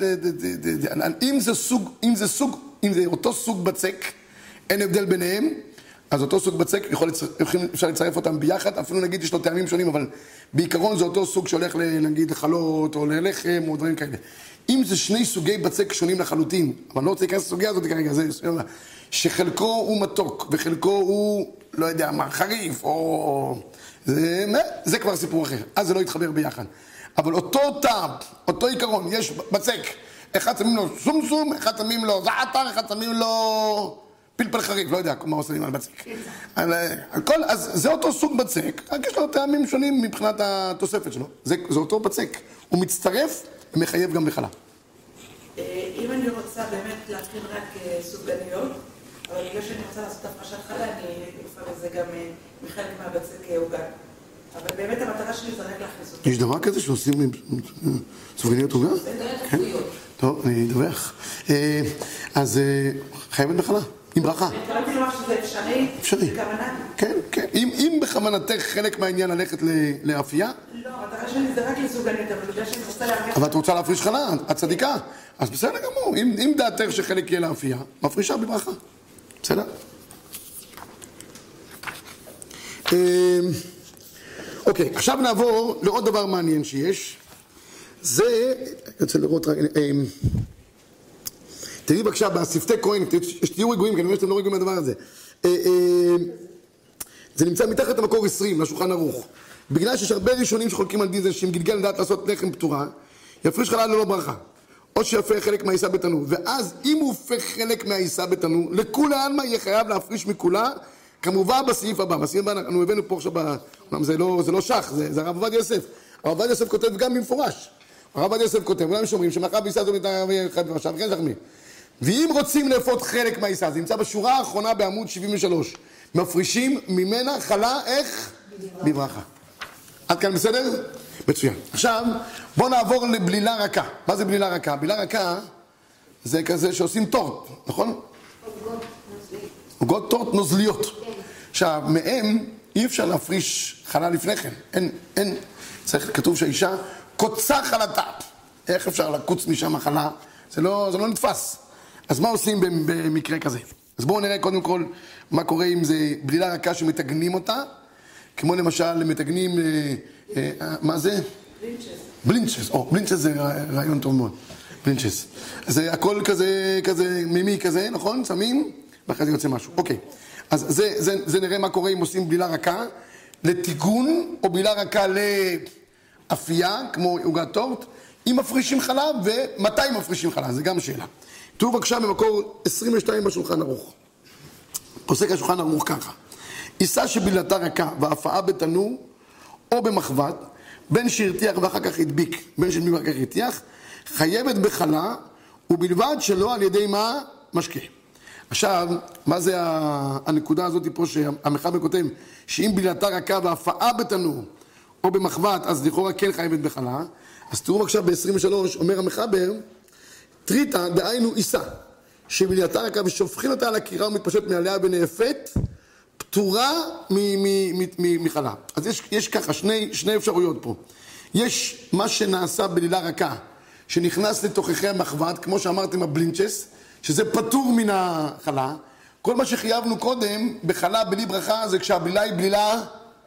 אם זה אותו סוג בצק, אין הבדל ביניהם, אז אותו סוג בצק, אפשר לצרף אותם ביחד, אפילו נגיד יש לו טעמים שונים, אבל בעיקרון זה אותו סוג שהולך נגיד לחלות או ללחם או דברים כאלה. אם זה שני סוגי בצק שונים לחלוטין, אבל אני לא רוצה להיכנס לסוגיה הזאת כרגע, שחלקו הוא מתוק וחלקו הוא, לא יודע מה, חריף, או... זה כבר סיפור אחר, אז זה לא יתחבר ביחד. אבל אותו טעם, אותו עיקרון, יש בצק, אחד שמים לו סום, אחד שמים לו זעתר, אחד שמים לו פלפל חריף, לא יודע מה עושים על בצק. אז זה אותו סוג בצק, רק יש לו טעמים שונים מבחינת התוספת שלו. זה אותו בצק, הוא מצטרף ומחייב גם בחלה. אם אני רוצה באמת להכין רק סופגניות, אבל בגלל שאני רוצה לעשות הפרשת חלה, אני עושה לזה גם מחלק מהבצק עוגן. אבל באמת המטרה שלי זה רק להכניס אותי. יש דבר כזה שעושים סופגניות עוגן? כן. טוב, אני אדווח. אז חייבת בחלה, עם ברכה. התכוונתי לומר שזה אפשרי? אפשרי. בכוונה? כן, כן. אם בכוונתך חלק מהעניין ללכת לאפייה? לא, המטרה שלי זה רק לסופגניות, אבל בגלל שאני רוצה להרגיש... אבל את רוצה להפריש חלה, את צדיקה. אז בסדר גמור, אם דעתך שחלק יהיה לאפייה, מפרישה בברכה. בסדר? אוקיי, עכשיו נעבור לעוד דבר מעניין שיש. זה, אני רוצה לראות רק... תראי בבקשה, בספתי כהן, תהיו רגועים, כי אני אומר שאתם לא רגועים מהדבר הזה. זה נמצא מתחת למקור 20, לשולחן ערוך. בגלל שיש הרבה ראשונים שחולקים על דיזל, שאם גלגל לדעת לעשות לחם פתורה, יפריש חלה ללא ברכה. או שיפה חלק מהעיסה בתנור. ואז אם הוא הופך חלק מהעיסה בתנור, לכולה עלמא יהיה חייב להפריש מכולה, כמובן בסעיף הבא. בסעיף הבא אנחנו הבאנו פה עכשיו, זה לא שח, זה הרב עובדיה יוסף. הרב עובדיה יוסף כותב גם במפורש. הרב עובדיה יוסף כותב, אולי שאומרים שמאחר בעיסה זו וכן שחמי. ואם רוצים לאפות חלק מהעיסה, זה נמצא בשורה האחרונה בעמוד 73. מפרישים ממנה חלה איך? בברכה. עד כאן בסדר? מצוין. עכשיו, בואו נעבור לבלילה רכה. מה זה בלילה רכה? בלילה רכה זה כזה שעושים טורט, נכון? עוגות טורט נוזליות. עכשיו, מהם אי אפשר להפריש חלה לפני כן. אין, כתוב שהאישה קוצה חלתה. איך אפשר לקוץ משם חלה? זה לא נתפס. אז מה עושים במקרה כזה? אז בואו נראה קודם כל מה קורה אם זה בלילה רכה שמתגנים אותה. כמו למשל, מתגנים, מה זה? בלינצ'ס. בלינצ'ס זה רעיון טוב מאוד. בלינצ'ס. זה הכל כזה מימי כזה, נכון? שמים? ואחרי זה יוצא משהו. אוקיי. אז זה נראה מה קורה אם עושים בלילה רכה לתיגון, או בלילה רכה לאפייה, כמו עוגת טורט, אם מפרישים חלה, ומתי מפרישים חלה, זה גם שאלה. תראו בבקשה במקור 22 בשולחן ערוך. עוסק השולחן ערוך ככה. עיסה שבילתה רכה והפעה בתנור או במחבת, בין שהרתיח ואחר כך הדביק, בין שהדביק ואחר כך הרתיח, חייבת בחלה, ובלבד שלא על ידי מה? משקה. עכשיו, מה זה הנקודה הזאת פה שהמחבר כותב, שאם בילתה רכה והפעה בתנור או במחבת, אז לכאורה כן חייבת בחלה. אז תראו עכשיו ב-23, אומר המחבר, טריטה, דהיינו עיסה, שבילתה רכה ושופכים אותה על הקירה ומתפשט מעליה ונאפת, פטורה מחלה. אז יש ככה שני אפשרויות פה. יש מה שנעשה בלילה רכה, שנכנס לתוככי המחבת, כמו שאמרתם הבלינצ'ס, שזה פטור מן החלה. כל מה שחייבנו קודם בחלה בלי ברכה זה כשהבלילה היא בלילה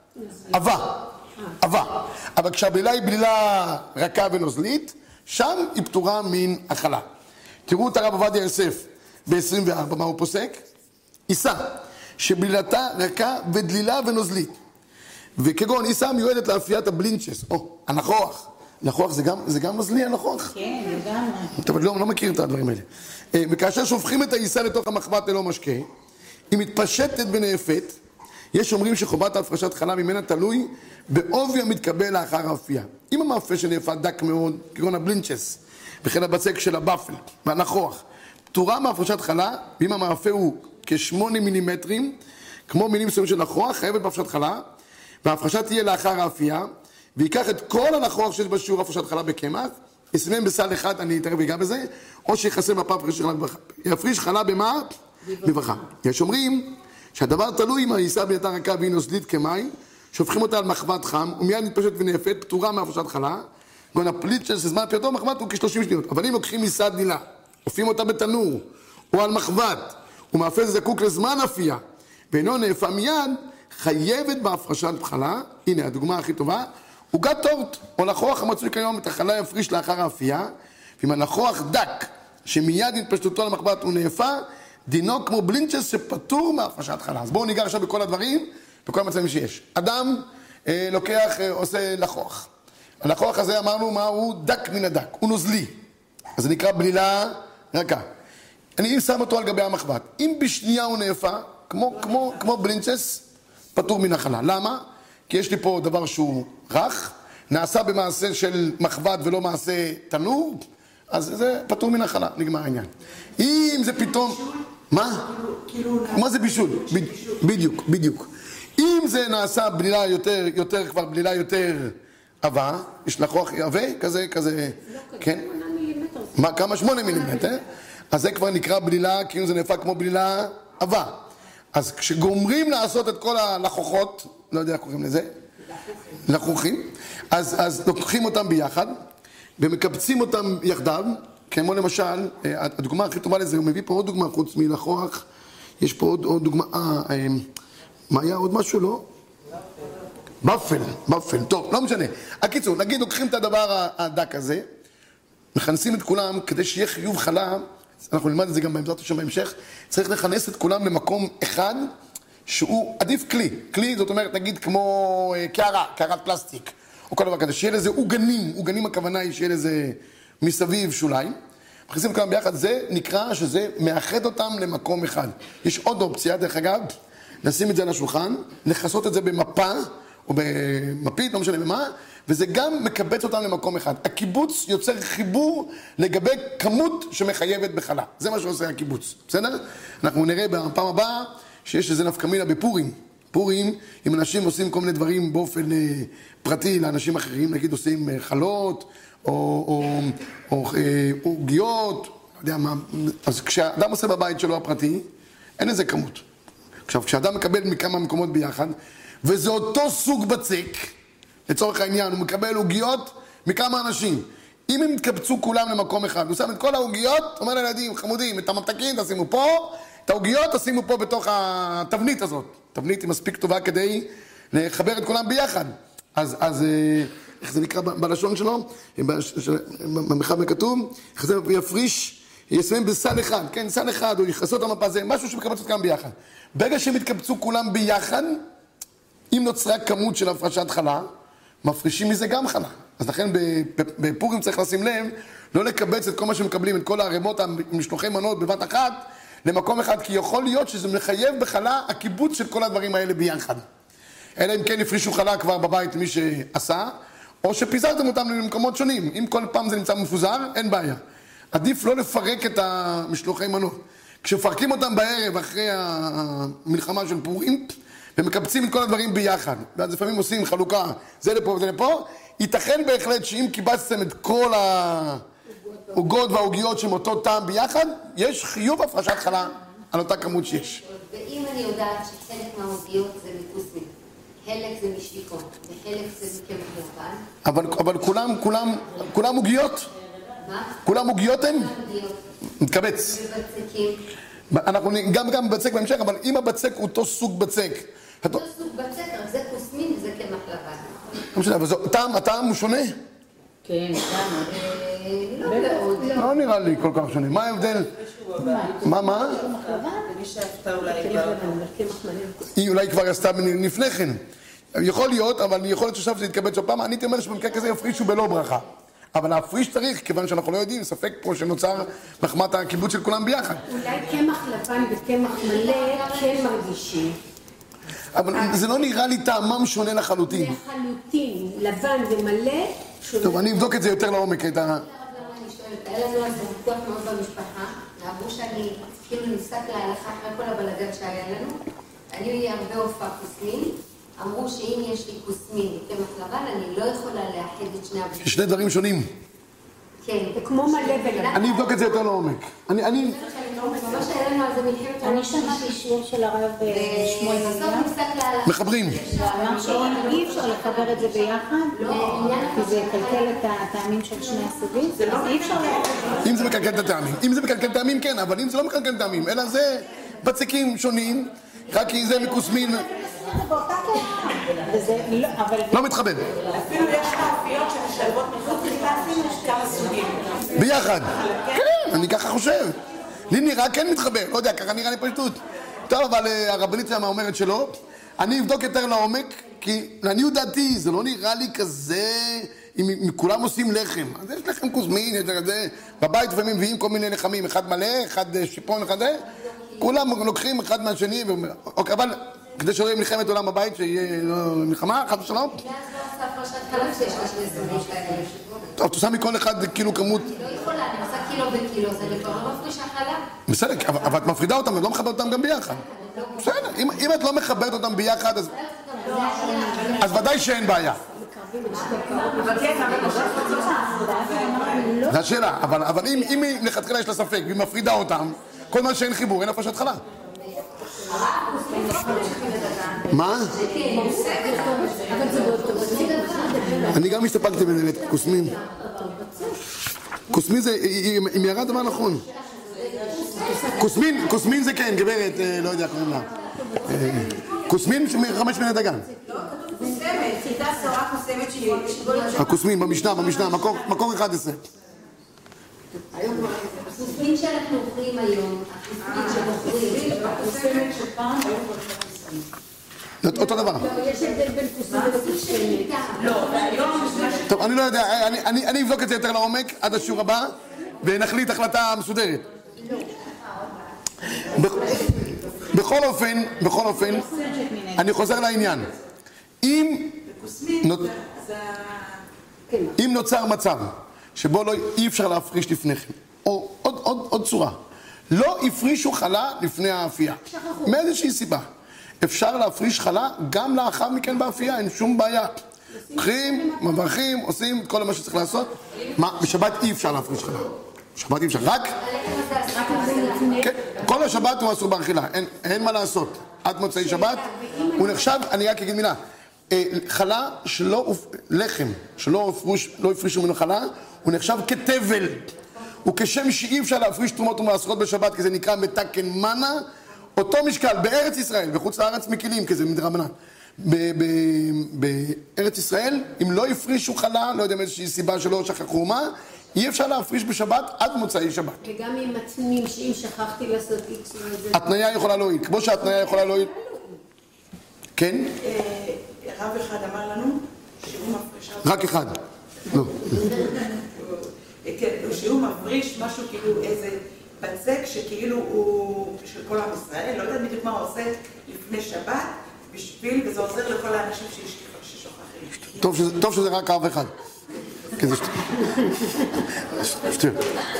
עבה. אבל כשהבלילה היא בלילה רכה ונוזלית, שם היא פטורה מן החלה. תראו את הרב עובדיה יוסף ב-24, מה הוא פוסק? עיסה, שבלילתה רכה ודלילה ונוזלית. וכגון עיסה מיועדת לאפיית הבלינצ'ס, או הנחוח. נחוח זה גם נוזלי הנחוח? כן, לגמרי. אתה לא מכיר את הדברים האלה. וכאשר שופכים את העיסה לתוך המחבת ללא משקה, היא מתפשטת ונאפת, יש אומרים שחובת ההפרשת חלב ממנה תלוי בעובי המתקבל לאחר האפייה. אם המאפה שנאפה דק מאוד, כגון הבלינצ'ס, וכן הבצק של הבאפל והנחוח, פטורה מהפרשת חלה, ואם המאפה הוא כ8 מילימטרים, כמו מינים מסוימים של נחוח, חייבת בהפרשת חלה, וההפרשה תהיה לאחר האפייה, ויקח את כל הנחוח שיש בשיעור הפרשת חלה בקמח, יסמם בסל אחד, אני תכף אגע בזה, או שיחסם בפעם הפרשת חלה בברכה. יפריש חלה במה? בברכה. יש אומרים שהדבר תלוי אם העיסה בהייתה רכה והיא נוזלית כמים, שופכים אותה על מחבת חם, ומיד מתפשטת ונאפת, פטורה מהפרשת חלה, גון הפליטשס זמן פייתו מחבת הוא כ30 שניות. אבל אם לוקחים עיסה דלילה, אופים אותה בתנור, או על מחבת, ומאפה זקוק לזמן אפייה, ואינו נאפה מיד, חייבת בהפרשת חלה. הנה הדוגמה הכי טובה, עוגת טורט או נחוח המצוי כיום את החלה יפריש לאחר האפייה, ואם הנחוח דק שמיד התפשטותו על המחבת הוא נאפה, דינו כמו בלינצ'ס שפטור מהפרשת חלה. אז בואו ניגע עכשיו בכל הדברים, בכל המצבים שיש. אדם לוקח, עושה נחוח. הנחוח הזה אמרנו מה הוא? דק מן הדק, הוא נוזלי. אז זה נקרא בלילה רכה. אני שם אותו על גבי המחבת. אם בשנייה הוא נאפה, כמו בלינצ'ס, פטור מן החלה. למה? כי יש לי פה דבר שהוא רך, נעשה במעשה של מחבת ולא מעשה תנור, אז זה פטור מן החלה, נגמר העניין. אם זה פתאום... מה? מה זה בישול? בדיוק. אם זה נעשה בלילה כבר בלילה יותר עבה, יש נחוח עבה, כזה, כן? מה, כמה? 8 מילימטר, אז זה כבר נקרא בלילה, כאילו זה נהפך כמו בלילה עבה. אז כשגומרים לעשות את כל הלחוחות, לא יודע איך קוראים לזה, לחוכים, אז לוקחים אותם ביחד, ומקבצים אותם יחדיו, כמו למשל, הדוגמה הכי טובה לזה, הוא מביא פה עוד דוגמה חוץ מלחוח, יש פה עוד דוגמה, מה היה עוד משהו, לא? באפל, טוב, לא משנה. הקיצור, נגיד לוקחים את הדבר הדק הזה, מכנסים את כולם כדי שיהיה חיוב חלה, אנחנו נלמד את זה גם בעזרת השם בהמשך, צריך לכנס את כולם למקום אחד, שהוא עדיף כלי, זאת אומרת נגיד כמו קערת פלסטיק, או כל דבר כזה, שיהיה לזה עוגנים הכוונה היא שיהיה לזה מסביב שוליים, מכניסים כולם ביחד, זה נקרא שזה מאחד אותם למקום אחד. יש עוד אופציה, דרך אגב, לשים את זה על השולחן, לכסות את זה במפה, או במפית, לא משנה במה, וזה גם מקבץ אותם למקום אחד. הקיבוץ יוצר חיבור לגבי כמות שמחייבת בחלה. זה מה שעושה הקיבוץ, בסדר? אנחנו נראה בפעם הבאה שיש איזה נפקא מינה בפורים. פורים, אם אנשים עושים כל מיני דברים באופן פרטי לאנשים אחרים, נגיד עושים חלות, או עוגיות, לא יודע מה, אז כשאדם עושה בבית שלו הפרטי, אין איזה כמות. עכשיו, כשאדם מקבל מכמה מקומות ביחד, וזה אותו סוג בצק, לצורך העניין, הוא מקבל עוגיות מכמה אנשים. אם הם יתקבצו כולם למקום אחד, הוא שם את כל העוגיות, אומר לילדים, חמודים, את הממתקים תשימו פה, את העוגיות תשימו פה בתוך התבנית הזאת. התבנית היא מספיק טובה כדי לחבר את כולם ביחד. אז איך זה נקרא בלשון שלו? במחבר כתוב, יפריש, יסיים בסל אחד, כן, סל אחד, או יכסות המפה, זה משהו שמקבץ אותם ביחד. ברגע שהם יתקבצו כולם ביחד, אם נוצרה כמות של הפרשת חלה, מפרישים מזה גם חלה. אז לכן בפורים צריך לשים לב, לא לקבץ את כל מה שמקבלים, את כל הערימות, המשלוחי מנות בבת אחת, למקום אחד, כי יכול להיות שזה מחייב בחלה הקיבוץ של כל הדברים האלה ביחד. אלא אם כן הפרישו חלה כבר בבית מי שעשה, או שפיזרתם אותם למקומות שונים. אם כל פעם זה נמצא מפוזר, אין בעיה. עדיף לא לפרק את המשלוחי מנות. כשפרקים אותם בערב אחרי המלחמה של פורים, ומקבצים את כל הדברים ביחד. ואז לפעמים עושים חלוקה, זה לפה וזה לפה. ייתכן בהחלט שאם קיבצתם את כל העוגות והעוגיות שהם אותו טעם ביחד, יש חיוב הפרשת חלה על אותה כמות שיש. ואם אני יודעת שחלק מהעוגיות זה מקוסמין, חלק זה משפיקות, וחלק זה מקמח לבן. אבל כולם עוגיות? מה? כולם עוגיות הם? כולם עוגיות. מתקבץ. ובצקים. אנחנו גם בצק בהמשך, אבל אם הבצק הוא אותו סוג בצק. אותו סוג בצק, רק זה קוסמין וזה קמח לבן. לא משנה, אבל הטעם הוא שונה? כן, גם. לא מאוד. לא נראה לי כל כך שונה. מה ההבדל? מה? ומי שאהבת אולי כבר... היא אולי כבר עשתה לפני כן. יכול להיות, אבל יכול להיות שעכשיו זה יתקבל שוב פעם. אני הייתי אומר שבמקרה כזה יפרישו בלא ברכה. אבל להפריש צריך, כיוון שאנחנו לא יודעים, ספק פה שנוצר מחמת הקיבוץ של כולם ביחד. אולי קמח לבן וקמח מלא כן מרגישים. אבל זה לא נראה לי טעמם שונה לחלוטין. לחלוטין, לבן ומלא שונה. טוב, אני אבדוק את זה יותר לעומק. היה לנו אז ויכוח מאוד במשפחה, ואמרו שאני כאילו נפסק להלכה אחרי כל הבלגן שהיה לנו. אני הרבה הופעה קוסמין, אמרו שאם יש לי קוסמין וקמח לבן, אני לא יכולה לאחד את שני הבנים. שני דברים שונים. כן. כמו מלא ולבן. אני אבדוק את זה יותר לעומק. ממש היה לנו על זה מלחמת אני שמעתי שיעור של הרב שמואל בסוף אליהו. נפסק להלכה. מחברים. אמר שאי אפשר לחבר את זה ביחד, כי זה יקלקל את הטעמים של שני הסוגים, אז אי אפשר אם זה מקלקל את הטעמים. אם זה מקלקל את הטעמים, כן, אבל אם זה לא מקלקל את הטעמים, אלא זה בצקים שונים, רק כי זה מקוסמין. זה באותה קטנה, וזה לא מתחבר. אפילו יש מאפיות שמשלבות מלכתחילה כמה סוגים. ביחד. כן, אני ככה חושב. לי נראה כן מתחבר, לא יודע, ככה נראה לי פשטות. טוב, אבל הרבנית שמה אומרת שלא. אני אבדוק יותר לעומק, כי לעניות דעתי זה לא נראה לי כזה, אם כולם עושים לחם. אז יש לחם קוסמין, יש כזה, בבית לפעמים מביאים כל מיני לחמים, אחד מלא, אחד שיפון, אחד זה. כולם לוקחים אחד מהשני, אוקיי, אבל כדי שלא יהיה מלחמת עולם בבית, שיהיה מלחמה, חד ושלום. ואז לא עושה פרשת חלב שיש לה שני סוגים כאלה. טוב, את עושה מכל אחד כאילו כמות... אני לא יכולה, אני עושה קילו וקילו, אז אני כבר לא מפרישה חלב. בסדר, אבל את מפרידה אותם, את לא מחברת אותם גם ביחד. בסדר, אם את לא מחברת אותם ביחד, אז ודאי שאין בעיה. זה השאלה, אבל אם לכתחילה יש לה ספק, והיא מפרידה אותם, כל מה שאין חיבור, אין הפרשת חלב. מה? אני גם הסתפקתי בזה, קוסמין. קוסמין זה, אם ירד דבר נכון. קוסמין זה כן, גברת, לא יודע, קוראים לה. קוסמין מ5 בני דגן. הקוסמין, במשנה, מקור 11. הקוסמין שאנחנו אוכלים היום, הקוסמין שבוחרים, אותו דבר. יש הבדל בין קוסמין ולקוסמין. טוב, אני לא יודע, אני אבדוק את זה יותר לעומק עד השיעור הבא, ונחליט החלטה מסודרת. בכל אופן, אני חוזר לעניין. אם נוצר מצב שבו אי אפשר להפריש לפני כן, או עוד צורה, לא הפרישו חלה לפני האפייה, מאיזושהי סיבה. אפשר להפריש חלה גם לאחר מכן באפייה, אין שום בעיה. לוקחים, מברכים, עושים את כל מה שצריך לעשות. מה, בשבת אי אפשר להפריש חלה. בשבת אי אפשר, רק... כל השבת הוא אסור באכילה, אין מה לעשות. עד מוצאי שבת, הוא נחשב, אני רק אגיד מילה, חלה לחם שלא הפרישו ממנו חלה, הוא נחשב כתבל. הוא כשם שאי אפשר להפריש תרומות ומעשרות בשבת, כי זה נקרא מתקן מנה, אותו משקל בארץ ישראל, בחוץ לארץ מקילים, כי זה מדרבנן. בארץ ישראל, אם לא הפרישו חלה, לא יודע מאיזושהי סיבה שלא שכחו מה, אי אפשר להפריש בשבת עד מוצאי שבת. וגם עם התנים, שאם שכחתי לעשות איקס או איזה... התניה יכולה להועיל, כמו שהתניה יכולה להועיל. כן? רב אחד אמר לנו שהוא מפריש... רק אחד. לא. כן, שהוא מפריש משהו כאילו איזה בצק שכאילו הוא של כל עם ישראל, לא יודעת בדיוק מה הוא עושה לפני שבת, בשביל, וזה עוזר לכל האנשים ששוכחים. טוב שזה רק רב אחד. כן, זה שטויות.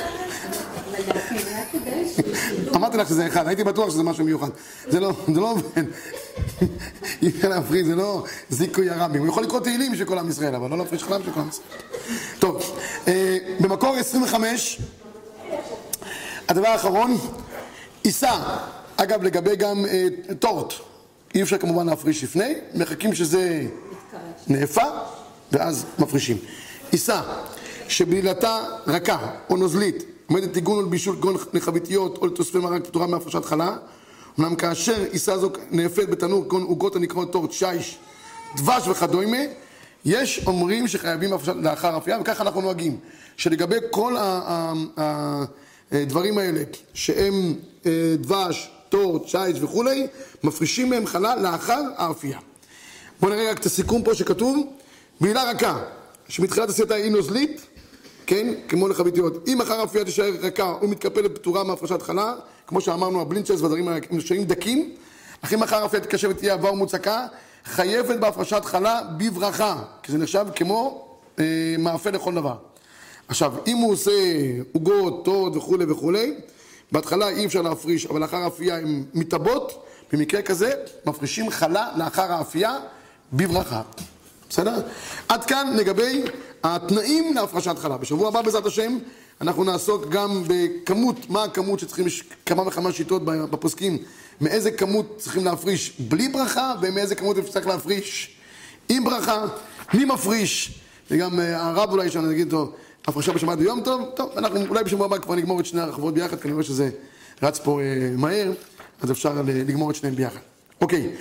אמרתי לך שזה אחד, הייתי בטוח שזה משהו מיוחד. זה לא עובד. אי אפשר להפריד, זה לא זיקוי הרבים. הוא יכול לקרוא תהילים של כל עם ישראל, אבל לא להפריש חלב של כל עם ישראל. טוב, במקור 25, הדבר האחרון, עיסה. אגב, לגבי גם טורט. אי אפשר כמובן להפריש לפני, מחכים שזה נאפה, ואז מפרישים. עיסה, שבלילתה רכה או נוזלית, עומדת עיגון או לבישול כגון לחביתיות או לתוספי מרק פטורה מהפרשת חלה, אמנם כאשר עיסה זו נאפת בתנור כגון עוגות הנקראות טורט, שיש, דבש וכדומה, יש אומרים שחייבים לאחר אפייה, וכך אנחנו נוהגים, שלגבי כל הדברים האלה, שהם דבש, טורט, שיש וכולי, מפרישים מהם חלה לאחר האפייה. בואו נראה רק את הסיכום פה שכתוב, בעילה רכה, שמתחילת עשייתה היא נוזלית, כן, כמו לחביתיות. אם אחר האפייה תישאר רכה ומתקפלת פטורה מהפרשת חלה, כמו שאמרנו, הבלינצ'ס והדברים הנשאים דקים, אך אם אחר האפייה תקשר ותהיה עבה ומוצקה, חייבת בהפרשת חלה בברכה, כי זה נחשב כמו מאפה לכל דבר. עכשיו, אם הוא עושה עוגות, טוד וכו' וכו', בהתחלה אי אפשר להפריש, אבל לאחר האפייה הן מתאבות, במקרה כזה מפרישים חלה לאחר האפייה בברכה. בסדר? עד כאן לגבי התנאים להפרשת חלה. בשבוע הבא בעזרת השם אנחנו נעסוק גם בכמות, מה הכמות שצריכים, יש כמה וכמה שיטות בפוסקים, מאיזה כמות צריכים להפריש בלי ברכה, ומאיזה כמות צריך להפריש עם ברכה, מי מפריש, וגם הרב אולי שאני אגיד אותו, הפרשה בשבת ביום טוב, טוב, אנחנו אולי בשבוע הבא כבר נגמור את שני הרחבות ביחד, כי אני רואה שזה רץ פה מהר, אז אפשר לגמור את שניהם ביחד. אוקיי,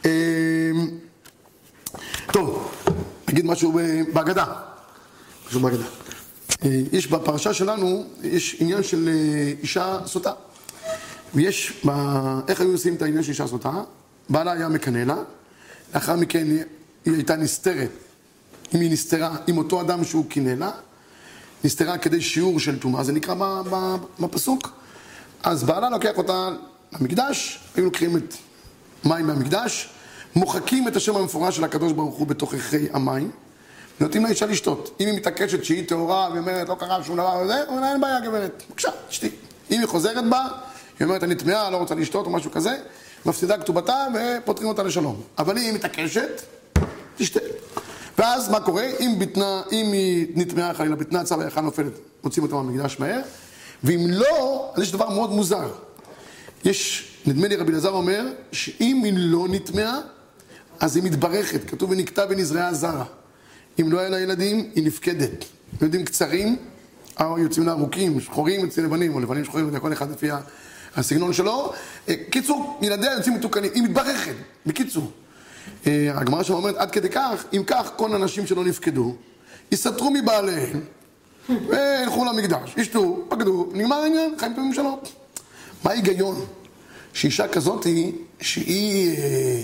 טוב, נגיד משהו בהגדה. משהו בהגדה. יש בפרשה שלנו, יש עניין של אישה סוטה. ויש, איך היו עושים את העניין של אישה סוטה? בעלה היה מקנא לה, לאחר מכן היא הייתה נסתרת. אם היא נסתרה עם אותו אדם שהוא קינא לה, נסתרה כדי שיעור של טומאה, זה נקרא בפסוק. אז בעלה לוקח אותה למקדש, היו לוקחים את מים מהמקדש, מוחקים את השם המפורש של הקדוש ברוך הוא בתוככי המים, ונותנים לאישה לשתות. אם היא מתעקשת שהיא טהורה ואומרת לא קרה שום דבר וזה, אומרת אין בעיה גברת, בבקשה, תשתי. אם היא חוזרת בה, היא אומרת אני טמאה, לא רוצה לשתות או משהו כזה, מפסידה כתובתה ופותרים אותה לשלום. אבל אם היא מתעקשת, תשתה. ואז מה קורה? אם היא נטמעה חלילה, בטנה צו היכל נופלת, מוצאים אותה מהמקדש מהר, ואם לא, אז יש דבר מאוד מוזר. יש, נדמה לי רבי אלעזר אומר, שאם היא לא נטמעה, אז היא מתברכת, כתוב ונקטה ונזרעה זרע. אם לא היה לה ילדים, היא נפקדת. ילדים קצרים, או יוצאים לה ארוכים, שחורים אצל לבנים, או לבנים שחורים, וכל אחד לפי הסגנון שלו. קיצור, ילדיה יוצאים מתוקנים, היא מתברכת, בקיצור. הגמרא שם אומרת, עד כדי כך, אם כך, כל הנשים שלא נפקדו, יסתרו מבעליהן, והלכו למקדש, ישתו, פקדו, נגמר העניין, חיים טובים שלום. מה ההיגיון? שאישה כזאת היא, שהיא,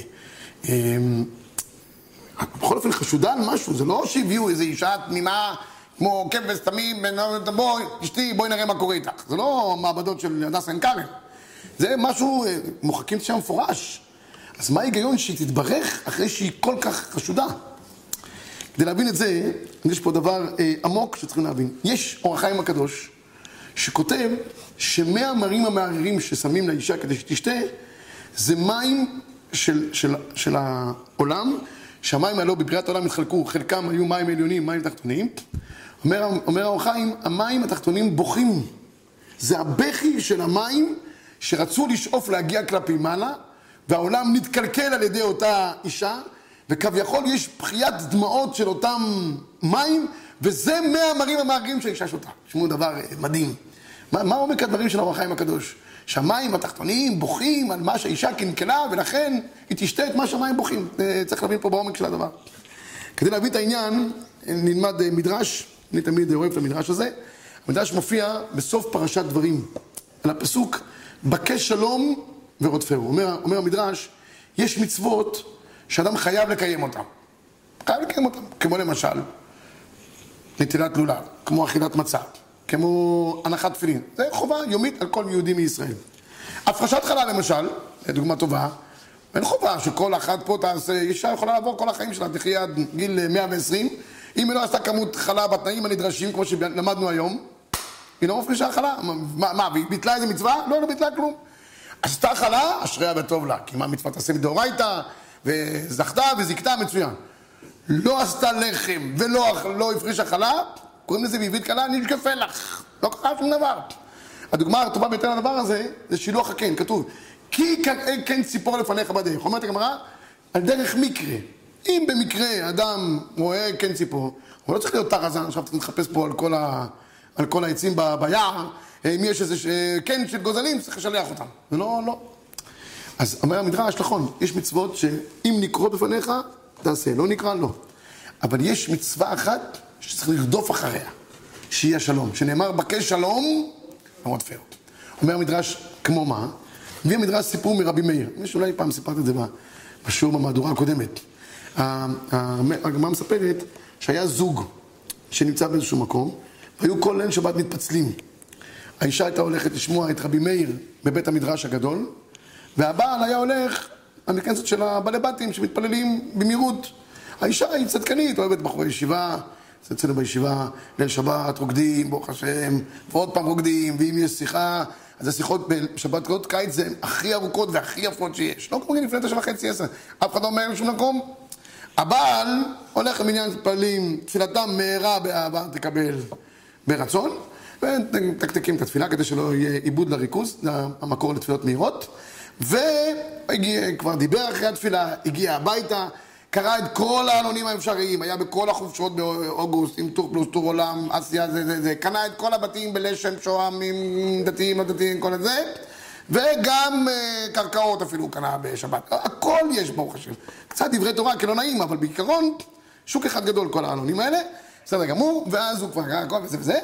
בכל אופן חשודה על משהו, זה לא שהביאו איזו אישה תמימה, כמו כבש תמים, בואי, אשתי, בואי נראה מה קורה איתך. זה לא מעבדות של הדסה עין כרם. זה משהו, מוחקים את שם מפורש. אז מה ההיגיון שהיא תתברך אחרי שהיא כל כך חשודה? כדי להבין את זה, יש פה דבר עמוק שצריכים להבין. יש אור החיים הקדוש שכותב ש100 המערערים ששמים לאישה כדי שתשתה, זה מים של העולם, שהמים האלו בבריאת העולם התחלקו, חלקם היו מים עליונים, מים תחתונים. אומר אור החיים, המים התחתונים בוכים. זה הבכי של המים שרצו לשאוף להגיע כלפי מעלה, והעולם נתקלקל על ידי אותה אישה, וכביכול יש בחיית דמעות של אותם מים, וזה 100 המערערים שהאישה שותה. תשמעו דבר מדהים. מה עומק הדברים של אור החיים הקדוש? שהמים התחתוניים בוכים על מה שהאישה קנקלה, ולכן היא תשתה את מה שהמים בוכים. צריך להבין פה בעומק של הדבר. כדי להבין את העניין, נלמד מדרש, אני תמיד אוהב את המדרש הזה. המדרש מופיע בסוף פרשת דברים, על הפסוק, בקש שלום ורודפהו. אומר המדרש, יש מצוות שאדם חייב לקיים אותם. חייב לקיים אותם. כמו למשל, נטילת לולב, כמו אכילת מצה, כמו הנחת תפילין. זה חובה יומית על כל יהודי מישראל. הפרשת חלה למשל, דוגמה טובה, אין חובה שכל אחת פה תעשה, אישה יכולה לעבור כל החיים שלה, תחי עד גיל 120, אם היא לא עשתה כמות חלה בתנאים הנדרשים, כמו שלמדנו היום, היא לא מפרישה חלה. מה, והיא ביטלה איזה מצווה? לא ביטלה כלום. עשתה חלה, אשריה וטוב לה, כי מה מצווה תעשה מדאורייתא, וזכתה וזיקתה מצוין. לא עשתה לחם ולא הפרישה חלה, קוראים לזה בעברית קלה, נשקפה לך. לא קרה שום דבר. הדוגמה הטובה ביותר לדבר הזה, זה שילוח הקן, כתוב, כי כן ציפור לפניך בדרך. אומרת הגמרא, על דרך מקרה. אם במקרה אדם רואה כן ציפור, הוא לא צריך להיות טרזן, עכשיו צריך לחפש פה על כל העצים ביער, אם יש איזה כן של גוזלים, צריך לשלח אותם. זה לא. אז אומר המדרש, נכון, יש מצוות שאם נקרוא בפניך, תעשה, לא נקרא, לא. אבל יש מצווה אחת שצריך לרדוף אחריה, שהיא השלום, שנאמר בקש שלום, ורודפהו. אומר המדרש, כמו מה? מביא המדרש סיפור מרבי מאיר. יש אולי פעם סיפרת את זה בשיעור במהדורה הקודמת. הגמרא מספרת שהיה זוג שנמצא באיזשהו מקום, והיו כל ליל שבת מתפצלים. האישה הייתה הולכת לשמוע את רבי מאיר בבית המדרש הגדול, והבעל היה הולך למכנסת של הבעלי בתים שמתפללים במהירות. האישה היא צדקנית, אוהבת בחורי ישיבה, אצלנו בישיבה, ליל שבת, רוקדים, ברוך השם, ועוד פעם רוקדים, ואם יש שיחה, אז השיחות בשבת קרות קיץ זה הכי ארוכות והכי יפות שיש. לא כמו לפני 9:30-10, אף אחד לא אומר שום מקום. הבעל הולך למניין מתפללים, תפילתם מהרה באהבה תקבל ברצון, ותקתקים את התפילה כדי שלא יהיה עיבוד לריכוז, זה המקור לתפילות מהירות. וכבר דיבר אחרי התפילה, הגיע הביתה, קרא את כל העלונים האפשריים, היה בכל החופשות באוגוסט, עם טור פלוס טור עולם, אסיה, קנה את כל הבתים בלשם, שוהם, עם דתיים, לא דתיים, כל זה, וגם קרקעות אפילו הוא קנה בשבת. הכל יש ברוך השם. קצת דברי תורה כי לא נעים, אבל בעיקרון, שוק אחד גדול כל העלונים האלה, בסדר גמור, ואז הוא כבר קרא הכל וזה וזה,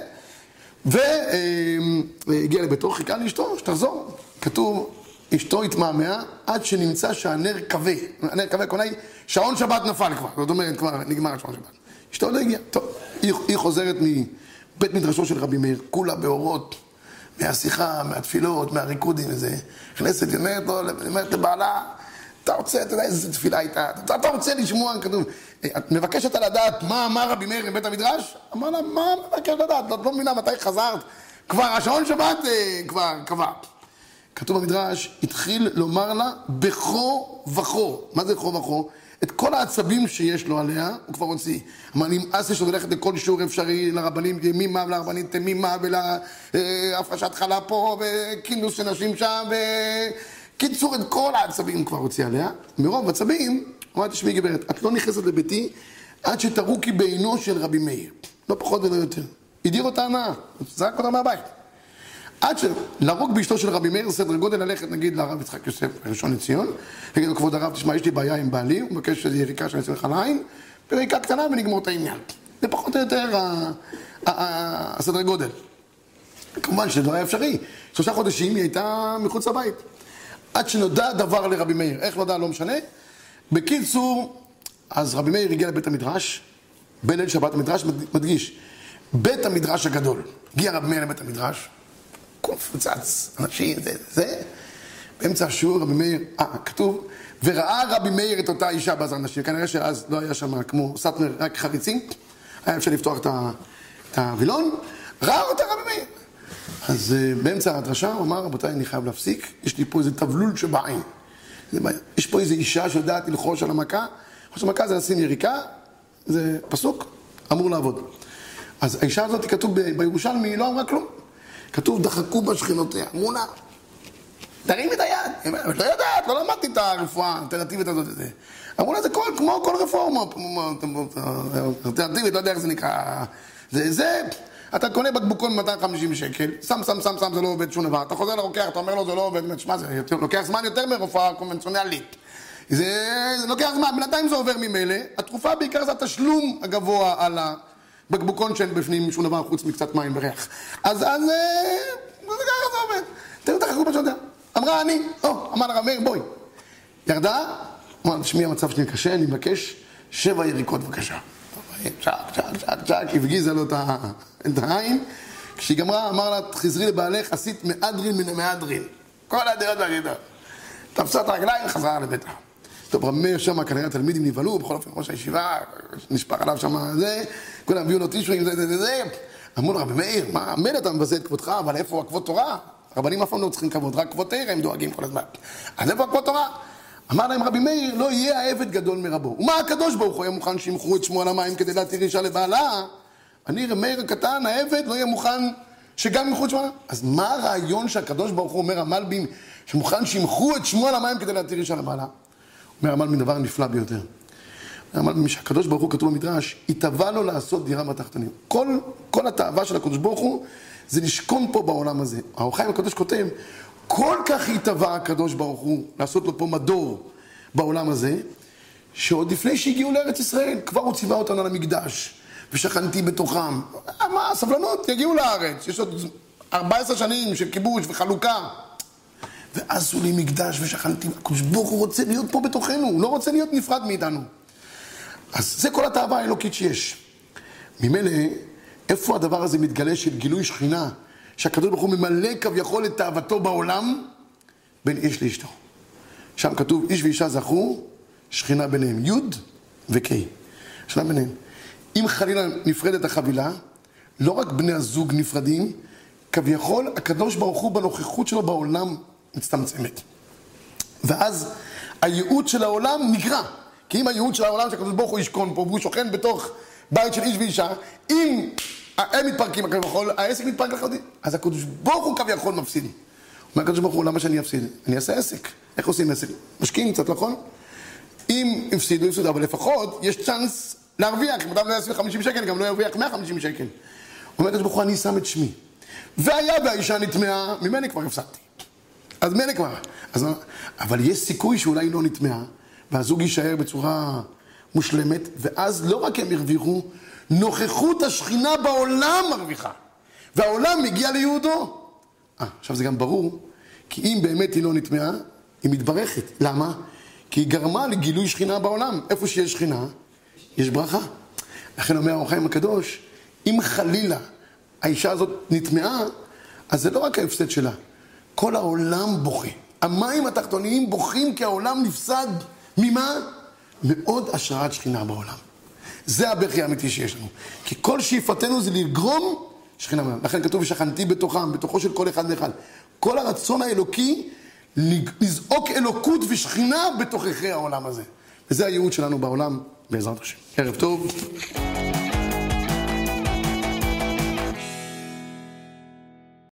והגיע לביתו, חיכה לאשתו, שתחזור. כתוב, אשתו התמהמה עד שנמצא שהנר כבה. הנר כבה קונה, שעון שבת נפל כבר. זאת אומרת, כבר נגמר השעון שבת. אשתו לא הגיעה. טוב, היא חוזרת מבית מדרשו של רבי מאיר, כולה באורות, מהשיחה, מהתפילות, מהריקודים וזה. נכנסת, היא אומרת לבעלה, אתה רוצה, אתה יודע איזה תפילה הייתה, אתה רוצה לשמוע, כתוב, את מבקשת לדעת מה אמר רבי מאיר מבית המדרש? אמר לה, מה מבקשת לדעת? את לא מבינה מתי חזרת? כבר השעון שבת כבר קבע. כתוב במדרש, התחיל לומר לה בכו וכו. מה זה בכו וכו? את כל העצבים שיש לו עליה, הוא כבר הוציא. אמר, נמאס יש לו ללכת לכל שיעור אפשרי לרבנים, תמימה ולרבנית תמימה, ולהפרשת חלה פה, וכינוס של נשים שם, וקיצור, את כל העצבים כבר הוציא עליה. מרוב עצבים, אמרתי, תשמעי גברת, את לא נכנסת לביתי עד שתרוקי בעינו של רבי מאיר. לא פחות ולא יותר. הדיר אותה הנאה, זרק אותה מהבית. עד שלרוג באשתו של רבי מאיר, סדר גודל ללכת, נגיד, לרב יצחק יוסף, ראשון לציון, נגיד לו, כבוד הרב, תשמע, יש לי בעיה עם בעלי, הוא מבקש שזה יריקה שאני אצא לך לעין, יריקה קטנה ונגמור את העניין. זה פחות או יותר הסדר גודל. כמובן שזה לא היה אפשרי. 3 חודשים היא הייתה מחוץ לבית. עד שנודע דבר לרבי מאיר. איך נודע? לא משנה. בקיצור, אז רבי מאיר הגיע לבית המדרש, בליל שבת המדרש, מדגיש, בית המדרש הגדול. הגיע רבי מאיר לבית המדרש, קופצץ, אנשים, זה. באמצע השיעור רבי מאיר, כתוב, וראה רבי מאיר את אותה אישה בעזר נשים. כנראה שאז לא היה שם כמו סטמר, רק חריצים. היה אפשר לפתוח את הווילון. ראה אותה רבי מאיר. אז באמצע הדרשה הוא אמר, רבותיי, אני חייב להפסיק, יש לי פה איזה תבלול שבעין. יש פה איזו אישה שיודעת ללחוש על המכה, ללחוש על המכה זה לשים יריקה, זה פסוק, אמור לעבוד. אז האישה הזאת כתוב בירושלמי, היא לא אמרה כלום. כתוב, דחקו בשכנותיה, אמרו לה, תרים את היד. היא אומרת, לא יודעת, לא למדתי את הרפואה האלטרנטיבית הזאת. אמרו לה, זה כמו כל רפורמה, אלטרנטיבית, לא יודע איך זה נקרא. זה, אתה קונה בקבוקון 250 שקל, שם, זה לא עובד שום דבר. אתה חוזר לרוקח, אתה אומר לו, זה לא עובד, שמה, זה לוקח זמן יותר מרפואה קונבנציונלית. זה לוקח זמן, בינתיים זה עובר ממילא. התרופה בעיקר זה התשלום הגבוה על הבקבוקון שאין בפנים שום דבר חוץ מקצת מים וריח. אז זה ככה זה עובד. תראו, תחכו מה שאתה. אמרה אני, אמר הרב מאיר, בואי. ירדה, אמרה, תשמעי, המצב שלי קשה, אני מבקש 7 יריקות בבקשה. צ'ק, הפגיזה לו את העין. כשהיא גמרה, אמר לה, חזרי לבעלך, עשית מהדרין מן המהדרין. כל הדעות והגידות. תפסה את הרגליים, חזרה לביתה. טוב, רב מאיר שם, כנראה התלמידים נבהלו, בכל אופן ראש הישיבה, נשפך עליו שם זה, כולם הביאו לו טישואים, זה. אמרו לו, רב מאיר, מה, מילא אתה מבזה את כבודך, אבל איפה הכבוד תורה? רבנים אף פעם לא צריכים כבוד, רק כבוד תורה הם דואגים כל הזמן. אז איפה הכבוד תורה? אמר להם רבי מאיר, לא יהיה העבד גדול מרבו. ומה הקדוש ברוך הוא היה מוכן שימכרו את שמו על המים כדי להתיר אישה לבעלה? אני רבי מאיר הקטן, העבד לא יהיה מוכן שגם ימכרו את שמו על המים. אז מה הרעיון שהקדוש ברוך הוא אומר המלבים, שמוכן שימכרו את שמו על המים כדי להתיר אישה לבעלה? אומר המלבים דבר נפלא ביותר. המלבים שהקדוש ברוך הוא כתוב במדרש, התאווה לו לעשות דירה בתחתונים. כל התאווה של הקדוש ברוך הוא זה לשכון פה בעולם הזה. האור החיים הקדוש כותב, כל כך התאווה הקדוש ברוך הוא לעשות לו פה מדור בעולם הזה, שעוד לפני שהגיעו לארץ ישראל, כבר הוא ציווה אותנו על המקדש, ושכנתי בתוכם. מה, סבלנות, יגיעו לארץ. יש עוד 14 שנים של כיבוש וחלוקה. ועשו לי מקדש ושכנתי. הקדוש ברוך הוא רוצה להיות פה בתוכנו, הוא לא רוצה להיות נפרד מאיתנו. אז זה כל התאווה האלוקית שיש. ממילא, איפה הדבר הזה מתגלה של גילוי שכינה, שהקדוש ברוך הוא ממלא כביכול את תאוותו בעולם, בין איש לאשתו. שם כתוב, איש ואישה זכו, שכינה ביניהם, י' וק'. שכינה ביניהם. אם חלילה נפרדת החבילה, לא רק בני הזוג נפרדים, כביכול הקדוש ברוך הוא בנוכחות שלו בעולם מצטמצמת. ואז הייעוד של העולם נגרע. כי אם הייעוד של העולם שהקדוש ברוך הוא ישכון פה, והוא שוכן בתוך בית של איש ואישה, אם הם מתפרקים כביכול, העסק מתפרק לחלוטין. אז הקדוש ברוך הוא כביכול מפסיד. אומר הקדוש ברוך הוא, למה שאני אפסיד? אני אעשה עסק. איך עושים עסק? משקיעים קצת, נכון? אם הפסידו, אבל לפחות יש צ'אנס להרוויח. אם אדם לא יעשה 50 שקל, גם לא ירוויח 150 שקל. אומר הקדוש ברוך הוא, אני שם את שמי. והיה והאישה נטמעה, ממני כבר הפסדתי. אז ממני כבר. אבל יש סיכוי שאולי לא נטמעה, והזוג יישאר בצורה מושלמת, ואז לא רק הם הרוויחו, נוכחות השכינה בעולם מרוויחה. והעולם מגיע ליהודו. עכשיו זה גם ברור, כי אם באמת היא לא נטמעה, היא מתברכת. למה? כי היא גרמה לגילוי שכינה בעולם. איפה שיש שכינה, יש ברכה. לכן אומר האור החיים הקדוש, אם חלילה האישה הזאת נטמעה, אז זה לא רק ההפסד שלה. כל העולם בוכה. המים התחתוניים בוכים כי העולם נפסד. ממה? מאוד השראת שכינה בעולם. זה הבכי האמיתי שיש לנו. כי כל שאיפתנו זה לגרום שכינה בעולם. לכן כתוב ושכנתי בתוכם, בתוכו של כל אחד ואחד. כל הרצון האלוקי לזעוק אלוקות ושכינה בתוככי העולם הזה. וזה הייעוד שלנו בעולם, בעזרת השם. ערב טוב.